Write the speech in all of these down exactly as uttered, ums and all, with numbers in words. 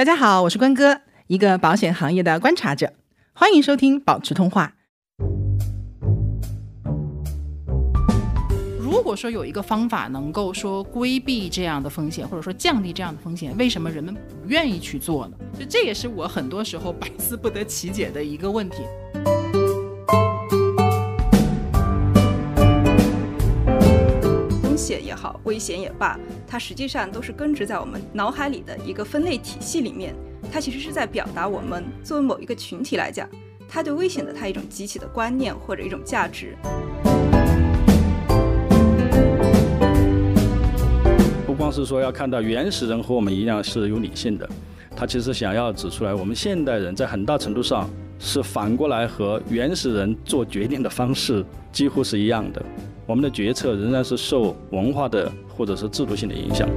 大家好，我是关哥，一个保险行业的观察者，欢迎收听保持通话。如果说有一个方法能够说规避这样的风险，或者说降低这样的风险，为什么人们不愿意去做呢？就这也是我很多时候百思不得其解的一个问题。 风险也好，危险也罢，它实际上都是根植在我们脑海里的一个分类体系里面，它其实是在表达我们作为某一个群体来讲，它对危险的它一种集体的观念或者一种价值。 不光是说要看到原始人和我们一样是有理性的，他其实想要指出来我们现代人在很大程度上是反过来和原始人做决定的方式几乎是一样的，我们的决策仍然是受文化的或者是制度性的影响。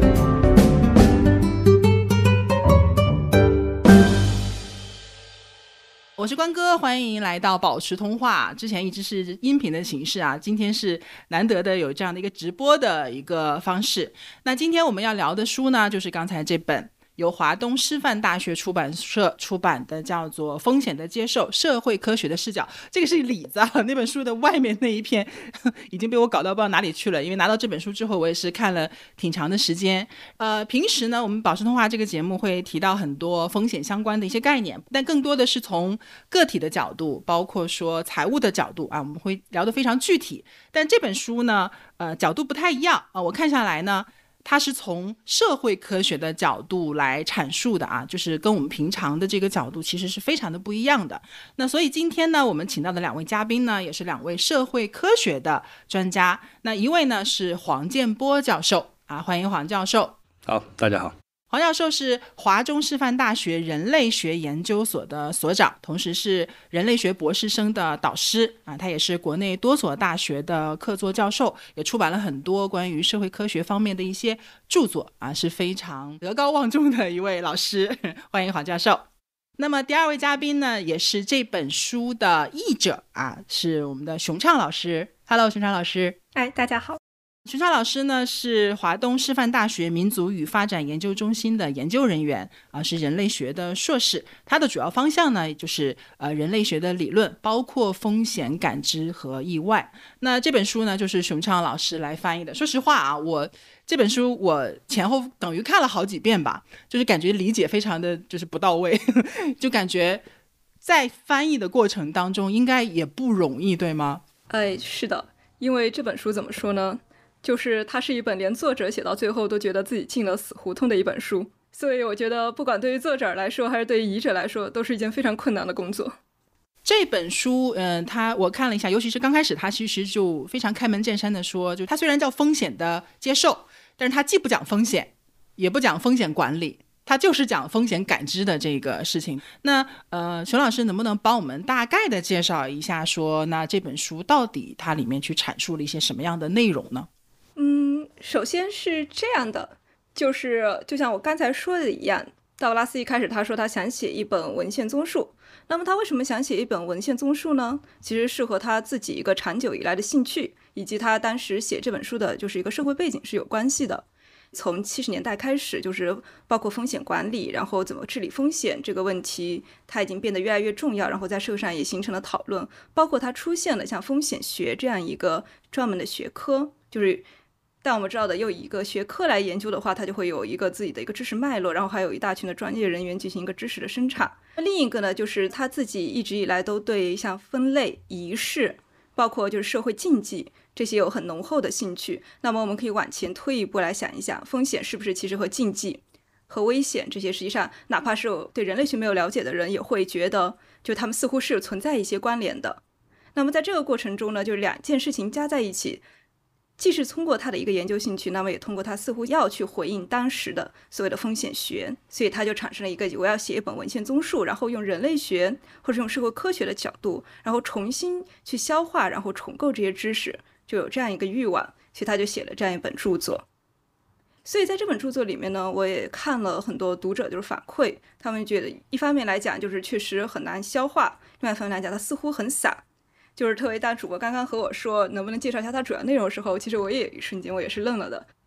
我是关哥，欢迎来到保持通话。之前一直是音频的形式啊，今天是难得的有这样的一个直播的一个方式。那今天我们要聊的书呢，就是刚才这本由华东师范大学出版社出版的，叫做《风险的接受：社会科学的视角》。这个是里子啊，那本书的外面那一篇已经被我搞到不知道哪里去了。因为拿到这本书之后，我也是看了挺长的时间。呃，平时呢，我们保持通话这个节目会提到很多风险相关的一些概念，但更多的是从个体的角度，包括说财务的角度啊，我们会聊得非常具体。但这本书呢，呃，角度不太一样啊。我看下来呢，它是从社会科学的角度来阐述的啊，就是跟我们平常的这个角度其实是非常的不一样的。那所以今天呢，我们请到的两位嘉宾呢，也是两位社会科学的专家。那一位呢是黄建波教授啊，欢迎黄教授。 好，大家好。 黄教授是华中师范大学人类学研究所的所长，同时是人类学博士生的导师啊，他也是国内多所大学的客座教授，也出版了很多关于社会科学方面的一些著作啊，是非常德高望重的一位老师。欢迎黄教授。那么第二位嘉宾呢，也是这本书的译者啊，是我们的熊畅老师。Hello， 熊畅老师。 哎，大家好。 熊畅老师呢是华东师范大学民族与发展研究中心的研究人员啊，是人类学的硕士。他的主要方向呢就是呃人类学的理论，包括风险感知和意外。那这本书呢就是熊畅老师来翻译的。说实话啊，我这本书我前后等于看了好几遍吧，就是感觉理解非常的就是不到位，就感觉在翻译的过程当中应该也不容易，对吗？ 哎，是的，因为这本书怎么说呢？就是它是一本连作者写到最后都觉得自己进了死胡同的一本书，所以我觉得不管对于作者来说还是对于译者来说，都是一件非常困难的工作。 这本书嗯，它我看了一下，尤其是刚开始它其实就非常开门见山的说，就它虽然叫风险的接受，但是它既不讲风险也不讲风险管理，它就是讲风险感知的这个事情。那呃，熊老师能不能帮我们大概的介绍一下说，那这本书到底它里面去阐述了一些什么样的内容呢？ 嗯，首先是这样的，就是就像我刚才说的一样，道格拉斯一开始他说他想写一本文献综述，那么他为什么想写一本文献综述呢？其实是和他自己一个长久以来的兴趣，以及他当时写这本书的就是一个社会背景是有关系的。从七十年代开始，就是包括风险管理，然后怎么治理风险这个问题，它已经变得越来越重要，然后在社会上也形成了讨论，包括它出现了像风险学这样一个专门的学科，就是但我们知道的，用一个学科来研究的话，它就会有一个自己的一个知识脉络，然后还有一大群的专业人员进行一个知识的生产。另一个呢，就是他自己一直以来都对像分类、仪式，包括就是社会禁忌这些有很浓厚的兴趣。那么我们可以往前推一步来想一想，风险是不是其实和禁忌和危险这些，实际上哪怕是有对人类学没有了解的人，也会觉得就他们似乎是有存在一些关联的。那么在这个过程中呢，就是两件事情加在一起，既是通过他的一个研究兴趣，那么也通过他似乎要去回应当时的所谓的风险学，所以他就产生了一个我要写一本文献综述，然后用人类学或者用社会科学的角度，然后重新去消化，然后重构这些知识，就有这样一个欲望，所以他就写了这样一本著作。所以在这本著作里面呢，我也看了很多读者就是反馈，他们觉得一方面来讲就是确实很难消化，另外一方面来讲它似乎很散。就是特别当主播刚刚和我说能不能介绍一下它主要内容的时候，其实我也有一瞬间我也是愣了的。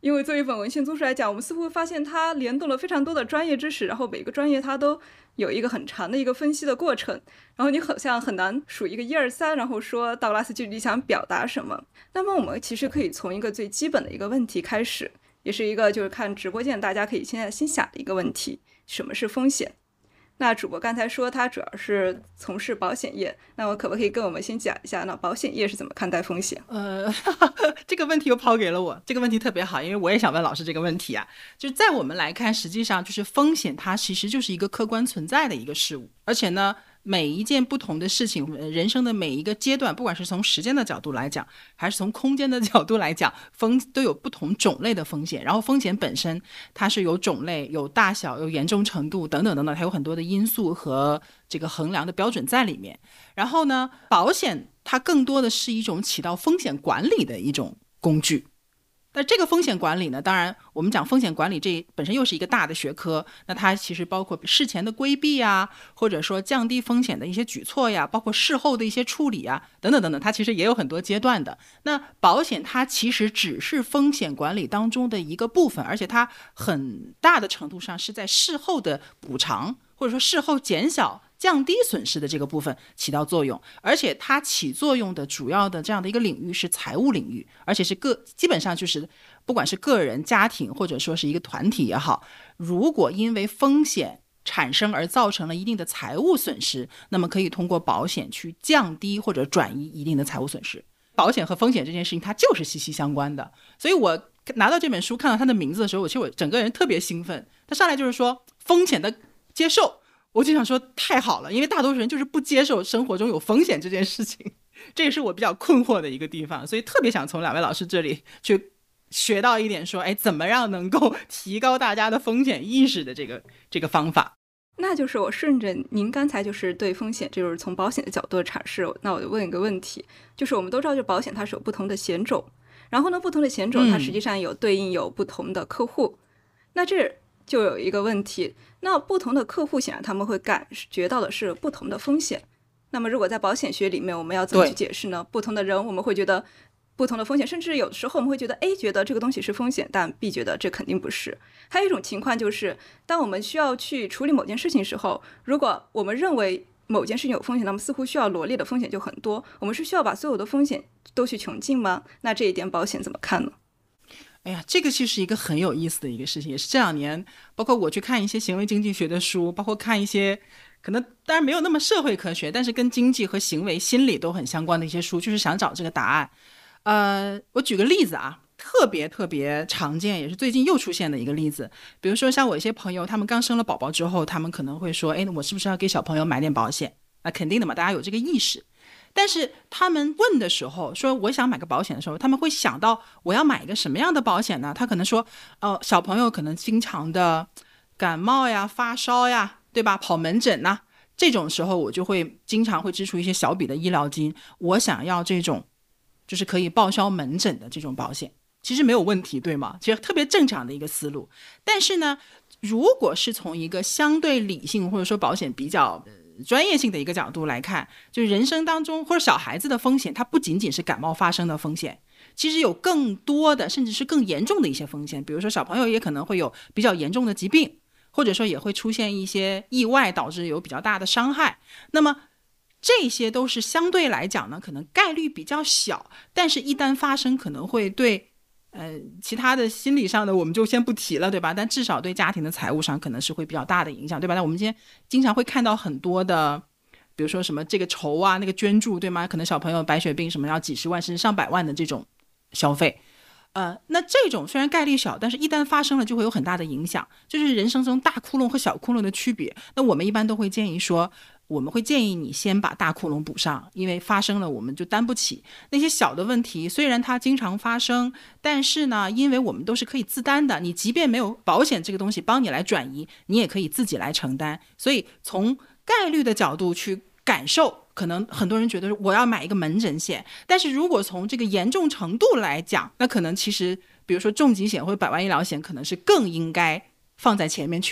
因为作为一本文献综述来讲，我们似乎发现它联动了非常多的专业知识，然后每个专业它都有一个很长的一个分析的过程，然后你好像很难数一个一二三，然后说道格拉斯具体想表达什么。那么我们其实可以从一个最基本的一个问题开始，也是一个就是看直播间大家可以现在心想的一个问题，什么是风险？那主播刚才说他主要是从事保险业，那我可不可以跟我们先讲一下，那保险业是怎么看待风险？ 呃，这个问题又抛给了我，这个问题特别好，因为我也想问老师这个问题啊。就是在我们来看，实际上就是风险它其实就是一个客观存在的一个事物，而且呢每一件不同的事情，人生的每一个阶段，不管是从时间的角度来讲，还是从空间的角度来讲，风都有不同种类的风险。然后风险本身它是有种类、有大小、有严重程度等等等等，它有很多的因素和这个衡量的标准在里面。然后呢，保险它更多的是一种起到风险管理的一种工具。但这个风险管理呢，当然我们讲风险管理这本身又是一个大的学科，那它其实包括事前的规避啊，或者说降低风险的一些举措呀，包括事后的一些处理啊，等等等等，它其实也有很多阶段的。那保险它其实只是风险管理当中的一个部分，而且它很大的程度上是在事后的补偿，或者说事后减小降低损失的这个部分起到作用，而且它起作用的主要的这样的一个领域是财务领域，而且是个基本上就是不管是个人、家庭或者说是一个团体也好，如果因为风险产生而造成了一定的财务损失，那么可以通过保险去降低或者转移一定的财务损失。保险和风险这件事情它就是息息相关的，所以我拿到这本书看到它的名字的时候，我其实我整个人特别兴奋。它上来就是说风险的接受，我就想说太好了，因为大多数人就是不接受生活中有风险这件事情，这也是我比较困惑的一个地方，所以特别想从两位老师这里去学到一点说，哎，怎么样能够提高大家的风险意识的这个这个方法。 那就是我顺着您刚才就是对风险，就是从保险的角度的阐释，那我就问一个问题，就是我们都知道，就保险它是有不同的险种，然后呢，不同的险种它实际上有对应有不同的客户，嗯、那这就有一个问题，那不同的客户显然他们会感觉到的是不同的风险。那么如果在保险学里面，我们要怎么去解释呢？不同的人我们会觉得不同的风险，甚至有的时候我们会觉得 A 觉得这个东西是风险，但 B 觉得这肯定不是。还有一种情况就是，当我们需要去处理某件事情的时候，如果我们认为某件事情有风险，那么似乎需要罗列的风险就很多，我们是需要把所有的风险都去穷尽吗？那这一点保险怎么看呢？ 哎呀，这个其实一个很有意思的一个事情，也是这两年包括我去看一些行为经济学的书，包括看一些可能当然没有那么社会科学，但是跟经济和行为心理都很相关的一些书，就是想找这个答案。呃，我举个例子啊，特别特别常见，也是最近又出现的一个例子。比如说像我一些朋友，他们刚生了宝宝之后，他们可能会说，哎，我是不是要给小朋友买点保险？那肯定的嘛，大家有这个意识。但是他们问的时候说我想买个保险的时候，他们会想到我要买一个什么样的保险呢？他可能说哦，小朋友可能经常的感冒呀、发烧呀，对吧？跑门诊呐，这种时候我就会经常会支出一些小笔的医疗金，我想要这种就是可以报销门诊的这种保险。其实没有问题，对吗？其实特别正常的一个思路。但是呢，如果是从一个相对理性或者说保险比较专业性的一个角度来看，就是人生当中或者小孩子的风险，它不仅仅是感冒发生的风险，其实有更多的甚至是更严重的一些风险。比如说小朋友也可能会有比较严重的疾病，或者说也会出现一些意外导致有比较大的伤害。那么这些都是相对来讲呢，可能概率比较小，但是一旦发生可能会对呃，其他的心理上的我们就先不提了，对吧？但至少对家庭的财务上可能是会比较大的影响，对吧？那我们今天经常会看到很多的，比如说什么这个筹啊，那个捐助，对吗？可能小朋友白血病什么要几十万甚至上百万的这种消费，呃，那这种虽然概率小，但是一旦发生了就会有很大的影响，就是人生中大窟窿和小窟窿的区别。那我们一般都会建议说，我们会建议你先把大窟窿补上，因为发生了我们就担不起。那些小的问题虽然它经常发生，但是呢，因为我们都是可以自担的，你即便没有保险这个东西帮你来转移，你也可以自己来承担。所以从概率的角度去感受，可能很多人觉得我要买一个门诊险，但是如果从这个严重程度来讲，那可能其实比如说重疾险或者百万医疗险可能是更应该放在前面去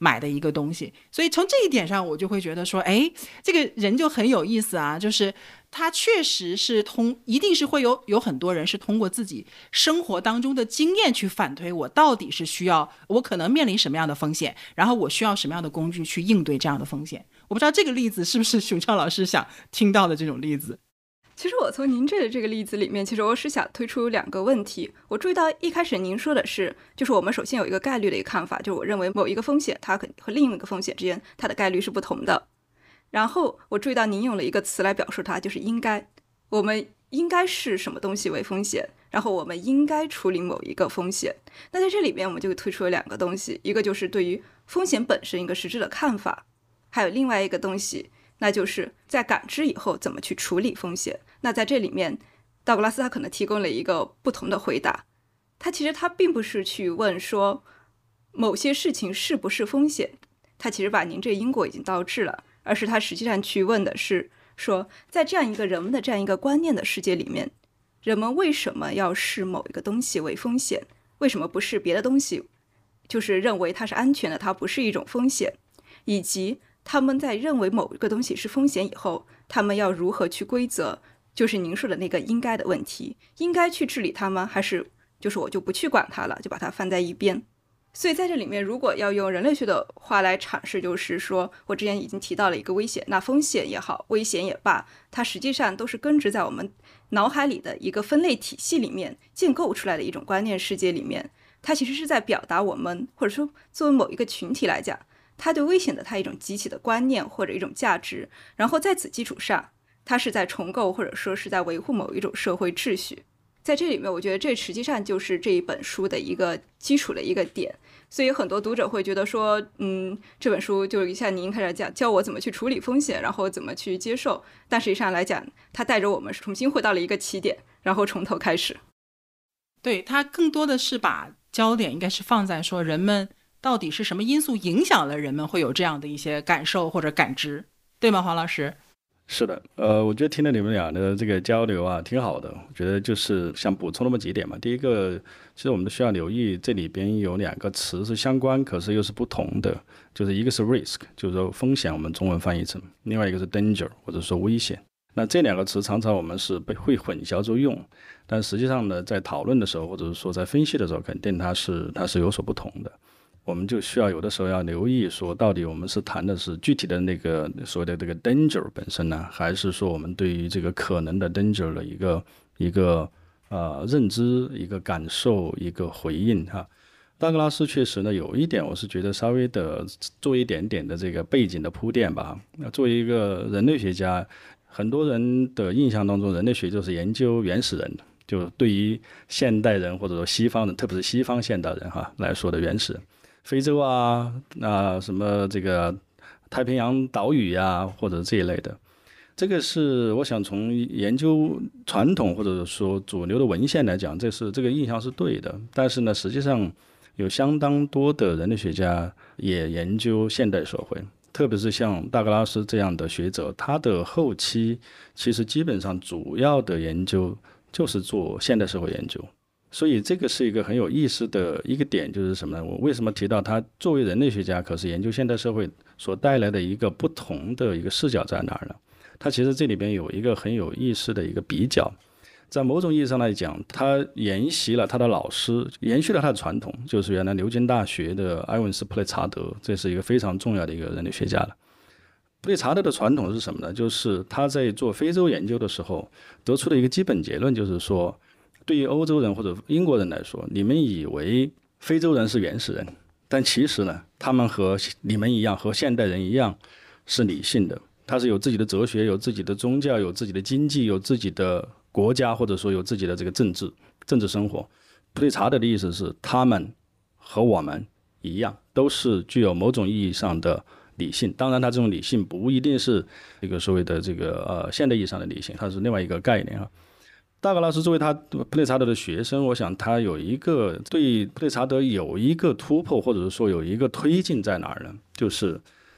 买的一个东西。所以从这一点上我就会觉得说，哎，这个人就很有意思啊，就是他确实是通，一定是会有有很多人是通过自己生活当中的经验去反推我到底是需要，我可能面临什么样的风险，然后我需要什么样的工具去应对这样的风险。我不知道这个例子是不是熊超老师想听到的这种例子。 其实我从您这这个例子里面，其实我是想推出两个问题。我注意到一开始您说的是，就是我们首先有一个概率的一个看法，就是我认为某一个风险它和另一个风险之间它的概率是不同的。然后我注意到您用了一个词来表述它，就是应该。我们应该视什么东西为风险，然后我们应该处理某一个风险。那在这里面我们就推出了两个东西，一个就是对于风险本身一个实质的看法，还有另外一个东西，那就是在感知以后怎么去处理风险。那在这里面道格拉斯他可能提供了一个不同的回答，他其实他并不是去问说某些事情是不是风险，他其实把您这个因果已经倒置了，而是他实际上去问的是说，在这样一个人们的这样一个观念的世界里面，人们为什么要视某一个东西为风险，为什么不是别的东西，就是认为它是安全的，它不是一种风险，以及他们在认为某一个东西是风险以后，他们要如何去规则，就是您说的那个应该的问题，应该去治理它吗？还是就是我就不去管它了，就把它放在一边。所以在这里面如果要用人类学的话来阐释，就是说我之前已经提到了一个危险，那风险也好，危险也罢，它实际上都是根植在我们脑海里的一个分类体系里面建构出来的一种观念世界里面。它其实是在表达我们，或者说作为某一个群体来讲，它对危险的它一种集体的观念或者一种价值，然后在此基础上它是在重构或者说是在维护某一种社会秩序。在这里面我觉得这实际上就是这一本书的一个基础的一个点。所以很多读者会觉得说，嗯，这本书就像您开始讲教我怎么去处理风险，然后怎么去接受，但实际上来讲它带着我们重新回到了一个起点，然后从头开始。 对，它更多的是把焦点应该是放在说人们到底是什么因素影响了人们会有这样的一些感受或者感知，对吗，黄老师？ 是的，呃，我觉得听了你们俩的这个交流啊，挺好的。我觉得就是想补充那么几点嘛。第一个，其实我们需要留意这里边有两个词是相关，可是又是不同的。就是一个是 risk， 就是说风险，我们中文翻译成；另外一个是 danger， 或者说危险。那这两个词常常我们是被会混淆着用，但实际上呢，在讨论的时候，或者是说在分析的时候，肯定它是它是有所不同的。我们就需要有的时候要留意说，到底我们是谈的是具体的那个所谓的这个 danger 本身呢，还是说我们对于这个可能的 danger 的一个一个呃认知、一个感受、一个回应哈。道格拉斯确实呢有一点，我是觉得稍微的做一点点的这个背景的铺垫吧。那作为一个人类学家，很多人的印象当中，人类学就是研究原始人，就对于现代人或者说西方人，特别是西方现代人哈来说的原始人。非洲啊，啊什么这个太平洋岛屿啊，或者这一类的，这个是我想从研究传统或者说主流的文献来讲，这是这个印象是对的。但是呢，实际上有相当多的人类学家也研究现代社会，特别是像道格拉斯这样的学者，他的后期其实基本上主要的研究就是做现代社会研究。所以这个是一个很有意思的一个点，就是什么呢？我为什么提到他作为人类学家，可是研究现代社会所带来的一个不同的一个视角在哪儿呢？他其实这里边有一个很有意思的一个比较，在某种意义上来讲，他沿袭了他的老师，延续了他的传统，就是原来牛津大学的埃文斯·普雷查德，这是一个非常重要的一个人类学家了。普雷查德的传统是什么呢？就是他在做非洲研究的时候得出的一个基本结论，就是说，对于欧洲人或者英国人来说，你们以为非洲人是原始人，但其实呢，他们和你们一样，和现代人一样是理性的，他是有自己的哲学，有自己的宗教，有自己的经济，有自己的国家，或者说有自己的这个政治政治生活。普雷查德的意思是，他们和我们一样，都是具有某种意义上的理性。当然，他这种理性不一定是这个所谓的这个呃现代意义上的理性，它是另外一个概念啊。道格拉斯作为他普雷查德的学生，我想他有一个对普雷查德有一个突破，或者说有一个推进在哪儿呢？就是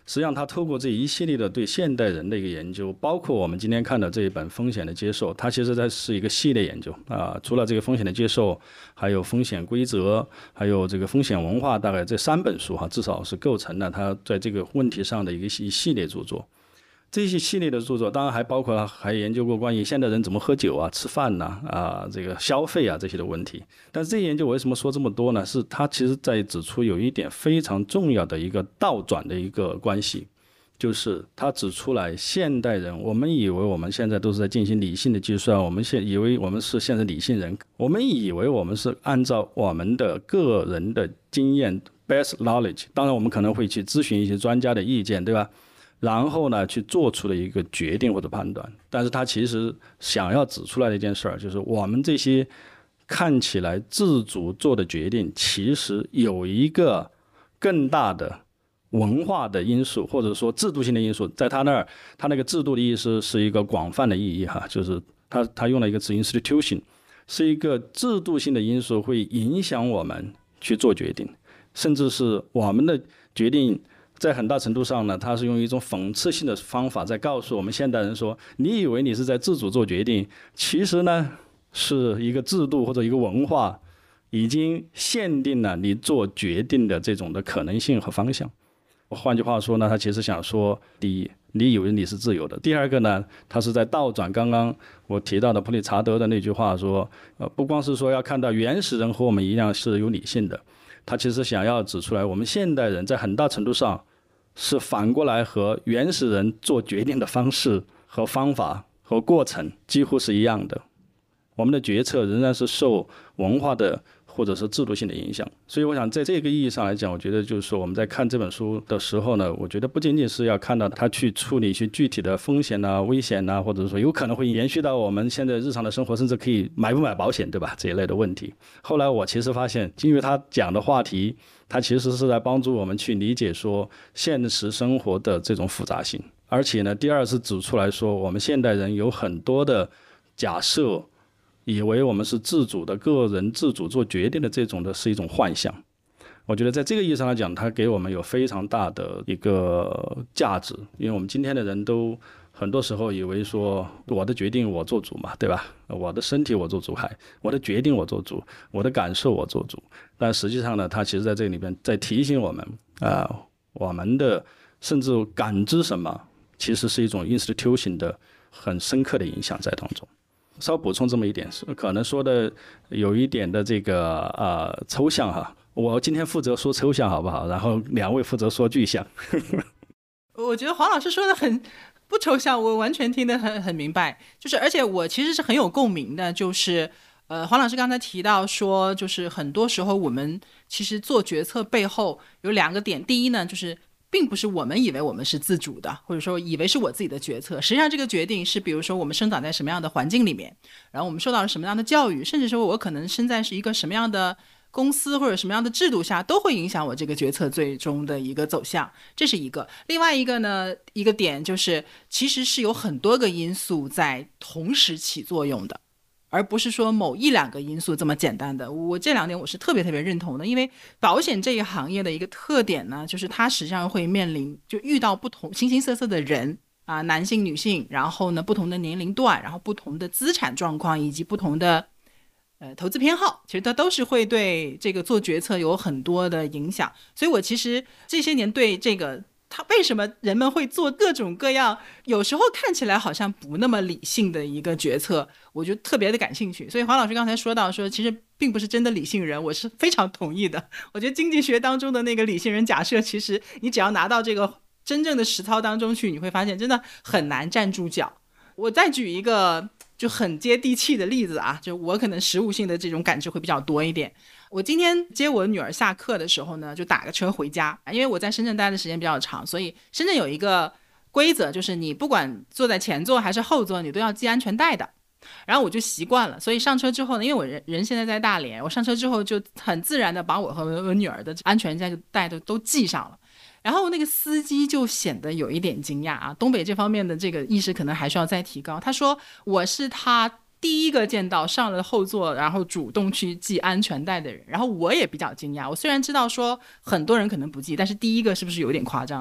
实际上他透过这一系列的对现代人的一个研究，包括我们今天看的这一本风险的接受，它其实它是一个系列研究啊。除了这个风险的接受，还有风险规则，还有这个风险文化，大概这三本书哈，至少是构成了他在这个问题上的一个一系列著作。这些系列的著作当然还包括还研究过关于现代人怎么喝酒啊、吃饭呐 啊, 啊这个消费啊这些的问题。但是这些研究为什么说这么多呢？是他其实在指出有一点非常重要的一个倒转的一个关系，就是他指出来现代人，我们以为我们现在都是在进行理性的计算，我们现以为我们是现在理性人，我们以为我们是按照我们的个人的经验 best knowledge， 当然我们可能会去咨询一些专家的意见，对吧？然后呢，去做出了一个决定或者判断。但是他其实想要指出来的一件事儿，就是我们这些看起来自主做的决定，其实有一个更大的文化的因素，或者说制度性的因素。在他那儿，他那个制度的意思是一个广泛的意义哈，就是他他用了一个词 institution， 是一个制度性的因素会影响我们去做决定，甚至是我们的决定。在很大程度上呢，他是用一种讽刺性的方法在告诉我们现代人说，你以为你是在自主做决定，其实呢是一个制度或者一个文化已经限定了你做决定的这种的可能性和方向。换句话说呢，他其实想说，第一，你以为你是自由的；第二个呢，他是在倒转刚刚我提到的普理查德的那句话说，呃，不光是说要看到原始人和我们一样是有理性的，他其实想要指出来，我们现代人在很大程度上是反过来和原始人做决定的方式和方法和过程几乎是一样的，我们的决策仍然是受文化的或者是制度性的影响。所以我想在这个意义上来讲，我觉得就是说我们在看这本书的时候呢，我觉得不仅仅是要看到他去处理一些具体的风险啊、危险啊，或者说有可能会延续到我们现在日常的生活，甚至可以买不买保险，对吧？这一类的问题。后来我其实发现，因为他讲的话题，他其实是在帮助我们去理解说现实生活的这种复杂性。而且呢，第二是指出来说，我们现代人有很多的假设，以为我们是自主的个人自主做决定的这种的是一种幻象。我觉得在这个意义上来讲，它给我们有非常大的一个价值，因为我们今天的人都很多时候以为说我的决定我做主嘛，对吧？我的身体我做主，还我的决定我做主，我的感受我做主。但实际上呢，它其实在这里边在提醒我们啊、呃，我们的甚至感知什么，其实是一种 institution 的很深刻的影响在当中。稍补充这么一点，可能说的有一点的这个呃抽象哈，我今天负责说抽象好不好？然后两位负责说具象。 我觉得黄老师说的很不抽象，我完全听得很很明白。就是而且我其实是很有共鸣的，就是呃黄老师刚才提到说，就是很多时候我们其实做决策背后有两个点，第一呢就是并不是我们以为我们是自主的，或者说以为是我自己的决策，实际上这个决定是比如说我们生长在什么样的环境里面，然后我们受到了什么样的教育，甚至说我可能身在是一个什么样的公司或者什么样的制度下，都会影响我这个决策最终的一个走向，这是一个。另外一个呢，一个点就是其实是有很多个因素在同时起作用的，而不是说某一两个因素这么简单的。我这两点我是特别特别认同的，因为保险这一行业的一个特点呢，就是它实际上会面临就遇到不同形形色色的人啊，男性女性，然后呢不同的年龄段，然后不同的资产状况，以及不同的呃投资偏好，其实它都是会对这个做决策有很多的影响。所以我其实这些年对这个他为什么人们会做各种各样有时候看起来好像不那么理性的一个决策，我就特别的感兴趣。所以黄老师刚才说到说其实并不是真的理性人，我是非常同意的。我觉得经济学当中的那个理性人假设，其实你只要拿到这个真正的实操当中去，你会发现真的很难站住脚。我再举一个就很接地气的例子啊，就我可能实务性的这种感知会比较多一点。我今天接我女儿下课的时候呢，就打个车回家，因为我在深圳待的时间比较长，所以深圳有一个规则，就是你不管坐在前座还是后座，你都要系安全带的。然后我就习惯了，所以上车之后呢，因为我人人现在在大连，我上车之后就很自然的把我和我女儿的安全带都都系上了。然后那个司机就显得有一点惊讶啊，东北这方面的这个意识可能还需要再提高。他说我是他第一个见到上了后座然后主动去系安全带的人，然后我也比较惊讶。我虽然知道说很多人可能不系，但是第一个是不是有点夸张？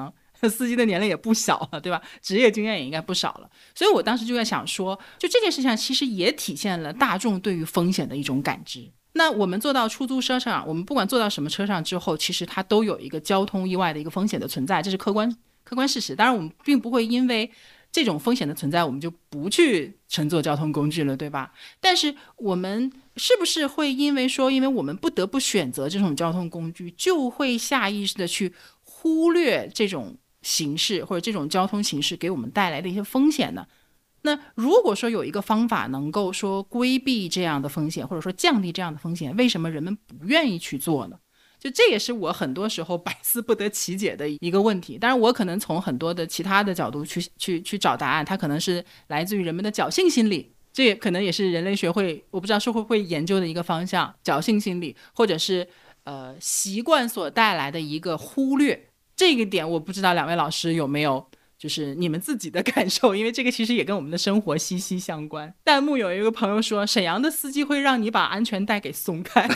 司机的年龄也不小了，对吧？职业经验也应该不少了。所以我当时就在想说，就这件事情其实也体现了大众对于风险的一种感知。那我们坐到出租车上，我们不管坐到什么车上之后，其实它都有一个交通意外的一个风险的存在，这是客观客观事实。当然我们并不会因为这种风险的存在我们就不去乘坐交通工具了，对吧？但是我们是不是会因为说因为我们不得不选择这种交通工具，就会下意识的去忽略这种形式或者这种交通形式给我们带来的一些风险呢？那如果说有一个方法能够说规避这样的风险，或者说降低这样的风险，为什么人们不愿意去做呢？就这也是我很多时候百思不得其解的一个问题。当然我可能从很多的其他的角度去去去找答案，它可能是来自于人们的侥幸心理，这也可能也是人类学会我不知道社会会研究的一个方向，侥幸心理，或者是呃习惯所带来的一个忽略。这个点我不知道两位老师有没有就是你们自己的感受，因为这个其实也跟我们的生活息息相关。弹幕有一个朋友说，沈阳的司机会让你把安全带给松开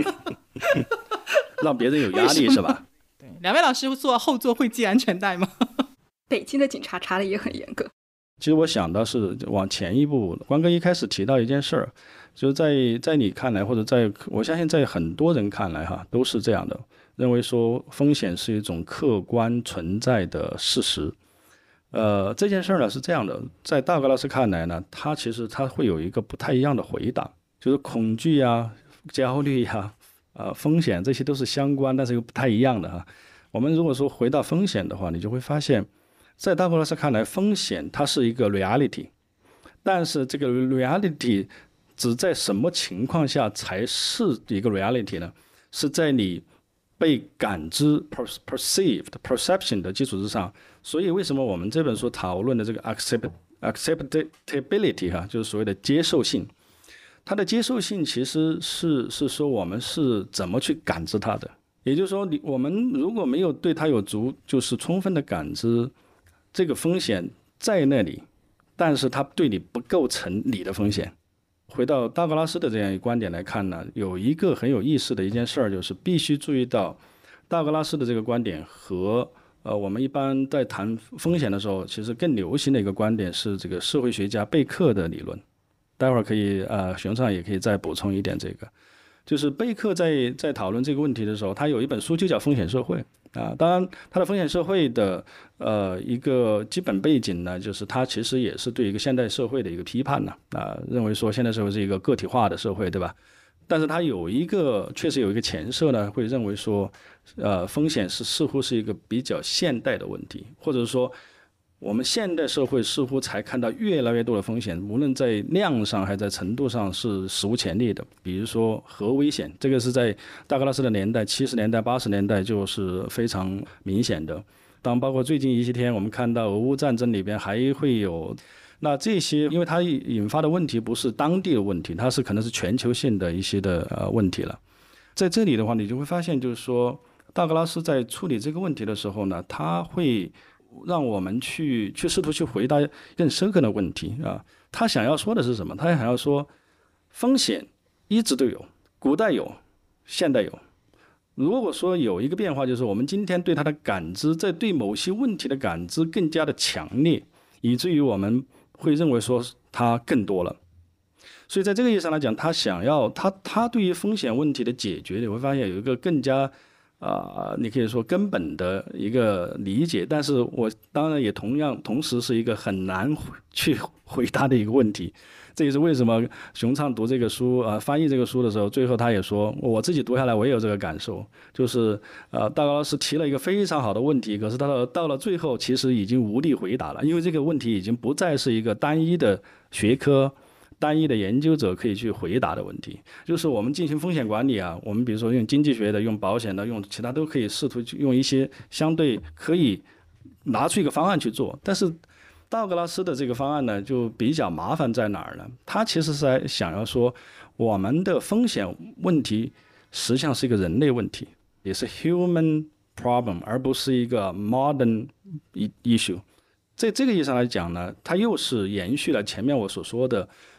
让别人有压力是吧？ 对，两位老师坐后座会系安全带吗？ 北京的警察查的也很严格。 其实我想到是往前一步，关哥一开始提到一件事儿，就是在在你看来，或者在我相信在很多人看来哈，都是这样的，认为说风险是一种客观存在的事实。呃，这件事呢是这样的，在大哥老师看来呢，他其实他会有一个不太一样的回答，就是恐惧呀、焦虑呀、呃风险这些都是相关，但是又不太一样的哈。我们如果说回到风险的话，你就会发现，在大哥老师看来，风险它是一个 reality， 但是这个 reality 只在什么情况下才是一个 reality 呢？是在你被感知 perceived perception 的基础之上。所以为什么我们这本书讨论的这个 accept acceptability 哈，就是所谓的接受性，它的接受性其实是是说我们是怎么去感知它的。也就是说，你我们如果没有对它有足就是充分的感知，这个风险在那里，但是它对你不构成你的风险。回到道格拉斯的这样一个观点来看呢，有一个很有意思的一件事儿，就是必须注意到道格拉斯的这个观点和呃我们一般在谈风险的时候，其实更流行的一个观点是这个社会学家贝克的理论。待会儿可以呃熊畅也可以再补充一点这个。就是贝克在在讨论这个问题的时候，他有一本书就叫《风险社会》啊。当然，他的《风险社会》的呃一个基本背景呢，就是他其实也是对一个现代社会的一个批判呢啊，认为说现代社会是一个个体化的社会，对吧？但是他有一个确实有一个前设呢，会认为说，呃，风险是似乎是一个比较现代的问题，或者说，我们现代社会似乎才看到越来越多的风险，无论在量上还是在程度上是史无前例的。比如说核危险，这个是在大格拉斯的年代，七十年代、八十年代就是非常明显的。当包括最近一些天，我们看到俄乌战争里边还会有，那这些因为它引发的问题不是当地的问题，它是可能是全球性的一些的呃问题了。在这里的话，你就会发现，就是说大格拉斯在处理这个问题的时候呢，他会让我们去去试图去回答更深刻的问题啊。他想要说的是什么？他想要说，风险一直都有，古代有，现代有。如果说有一个变化，就是我们今天对它的感知，在对某些问题的感知更加的强烈，以至于我们会认为说它更多了。所以在这个意义上来讲，他想要他他对于风险问题的解决，你会发现有一个更加啊、呃，你可以说根本的一个理解，但是我当然也同样同时是一个很难去回答的一个问题。这也是为什么熊畅读这个书啊、呃，翻译这个书的时候，最后他也说，我自己读下来我也有这个感受，就是呃，大高老师提了一个非常好的问题，可是他到到了最后其实已经无力回答了，因为这个问题已经不再是一个单一的学科。单一的研究者可以去回答的问题，就是我们进行风险管理啊，我们比如说用经济学的、用保险的、用其他都可以试图去用一些相对可以拿出一个方案去做。但是道格拉斯的这个方案呢，就比较麻烦在哪儿呢？他其实是在想要说，我们的风险问题实际上是一个人类问题，也是 human problem， 而不是一个 modern issue。在这个意义上来讲呢，它又是延续了前面我所说的。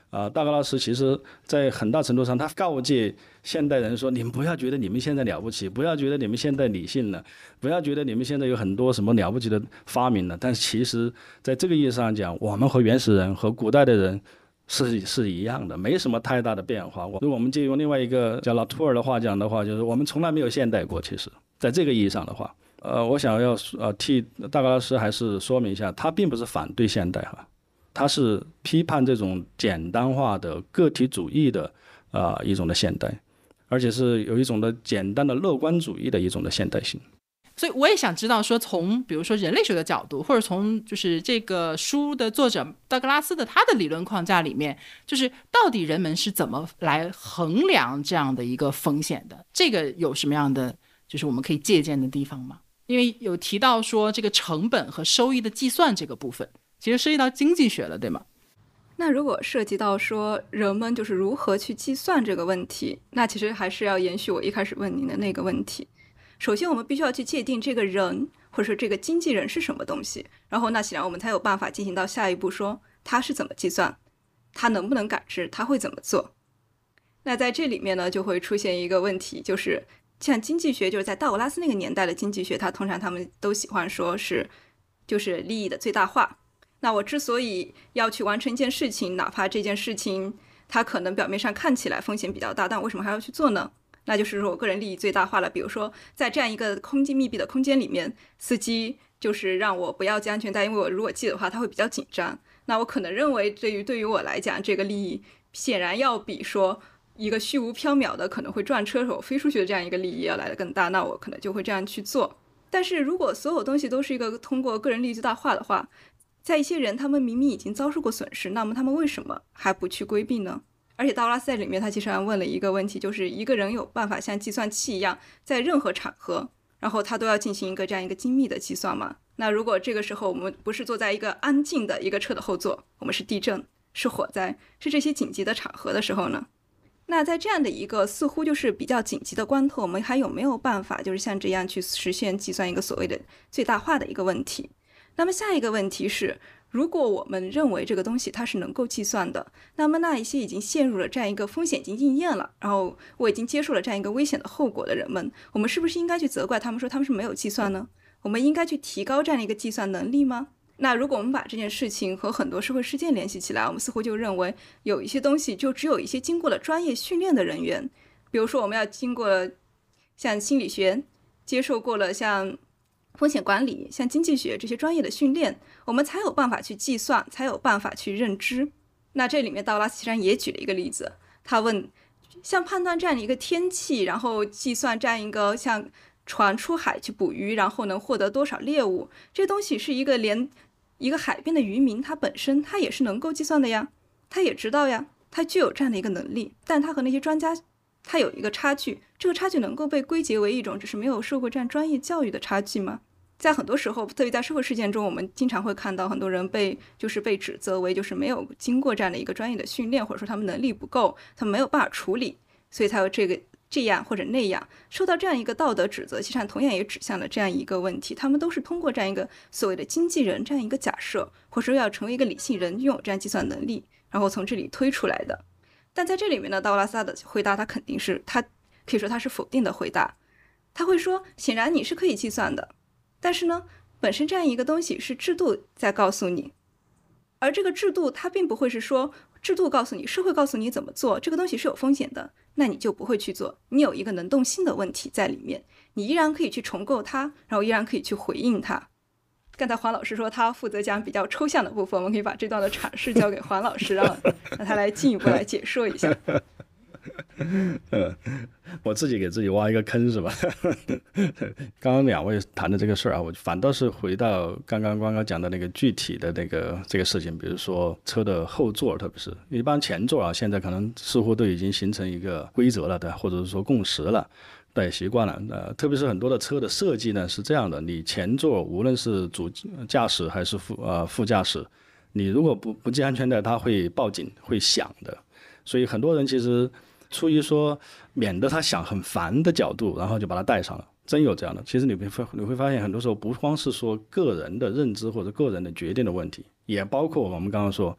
啊、呃，道格拉斯其实在很大程度上，他告诫现代人说：你们不要觉得你们现在了不起，不要觉得你们现在理性了，不要觉得你们现在有很多什么了不起的发明了。但是其实，在这个意义上讲，我们和原始人和古代的人是是一样的，没什么太大的变化。如果我们借用另外一个叫拉图尔的话讲的话，就是我们从来没有现代过。其实，在这个意义上的话。呃，我想要呃替道格拉斯还是说明一下，他并不是反对现代化，他是批判这种简单化的个体主义的呃一种的现代，而且是有一种的简单的乐观主义的一种的现代性。 所以我也想知道说，从比如说人类学的角度，或者从就是这个书的作者道格拉斯的他的理论框架里面，就是到底人们是怎么来衡量这样的一个风险的？这个有什么样的就是我们可以借鉴的地方吗？因为有提到说这个成本和收益的计算这个部分，其实涉及到经济学了，对吗？ 那如果涉及到说人们就是如何去计算这个问题，那其实还是要延续我一开始问您的那个问题。首先我们必须要去界定这个人或者说这个经纪人是什么东西，然后那显然我们才有办法进行到下一步，说他是怎么计算，他能不能感知，他会怎么做。那在这里面呢就会出现一个问题，就是像经济学，就是在道格拉斯那个年代的经济学，它通常他们都喜欢说是就是利益的最大化。那我之所以要去完成一件事情，哪怕这件事情它可能表面上看起来风险比较大，但为什么还要去做呢？那就是说我个人利益最大化了。比如说在这样一个空间密闭的空间里面，司机就是让我不要系安全带，因为我如果系的话他会比较紧张。那我可能认为对于对于我来讲，这个利益显然要比说一个虚无缥缈的可能会撞车手飞出去的这样一个利益要来得更大，那我可能就会这样去做。但是如果所有东西都是一个通过个人利益最大化的话，在一些人他们明明已经遭受过损失，那么他们为什么还不去规避呢？而且道格拉斯在里面他其实还问了一个问题，就是一个人有办法像计算器一样在任何场合然后他都要进行一个这样一个精密的计算吗？那如果这个时候我们不是坐在一个安静的一个车的后座，我们是地震，是火灾，是这些紧急的场合的时候呢？那在这样的一个似乎就是比较紧急的关头，我们还有没有办法就是像这样去实现计算一个所谓的最大化的一个问题？那么下一个问题是，如果我们认为这个东西它是能够计算的，那么那一些已经陷入了这样一个风险已经应验了，然后我已经接受了这样一个危险的后果的人们，我们是不是应该去责怪他们说他们是没有计算呢？我们应该去提高这样的一个计算能力吗？那如果我们把这件事情和很多社会事件联系起来，我们似乎就认为有一些东西就只有一些经过了专业训练的人员，比如说我们要经过了像心理学，接受过了像风险管理，像经济学这些专业的训练，我们才有办法去计算，才有办法去认知。那这里面道格拉斯其实也举了一个例子，他问像判断这样的一个天气，然后计算这样一个像船出海去捕鱼，然后能获得多少猎物，这东西是一个连一个海边的渔民他本身他也是能够计算的呀，他也知道呀，他具有这样的一个能力，但他和那些专家他有一个差距，这个差距能够被归结为一种只是没有受过这样专业教育的差距吗？在很多时候，特别在社会事件中，我们经常会看到很多人被就是被指责为就是没有经过这样的一个专业的训练，或者说他们能力不够，他们没有办法处理，所以才有这个这样或者那样受到这样一个道德指责。其实同样也指向了这样一个问题，他们都是通过这样一个所谓的经纪人这样一个假设，或者说要成为一个理性人，拥有这样计算能力，然后从这里推出来的。但在这里面呢，道格拉斯的回答他肯定是他可以说他是否定的回答，他会说显然你是可以计算的，但是呢本身这样一个东西是制度在告诉你，而这个制度它并不会是说制度告诉你，社会告诉你怎么做，这个东西是有风险的，那你就不会去做，你有一个能动性的问题在里面，你依然可以去重构它，然后依然可以去回应它。刚才黄老师说他负责讲比较抽象的部分，我们可以把这段的阐释交给黄老师，让让他来进一步来解说一下。 呃，我自己给自己挖一个坑是吧？刚刚两位谈的这个事儿啊，我反倒是回到刚刚刚刚讲的那个具体的那个这个事情，比如说车的后座，特别是一般前座啊，现在可能似乎都已经形成一个规则了，对，或者是说共识了。对，习惯了。呃，特别是很多的车的设计呢是这样的，你前座无论是主驾驶还是副呃副驾驶，你如果不不系安全带，它会报警，会响的。所以很多人其实出于说免得他想很烦的角度，然后就把它带上了。真有这样的。其实你会你会发现，很多时候不光是说个人的认知或者个人的决定的问题，也包括我们刚刚说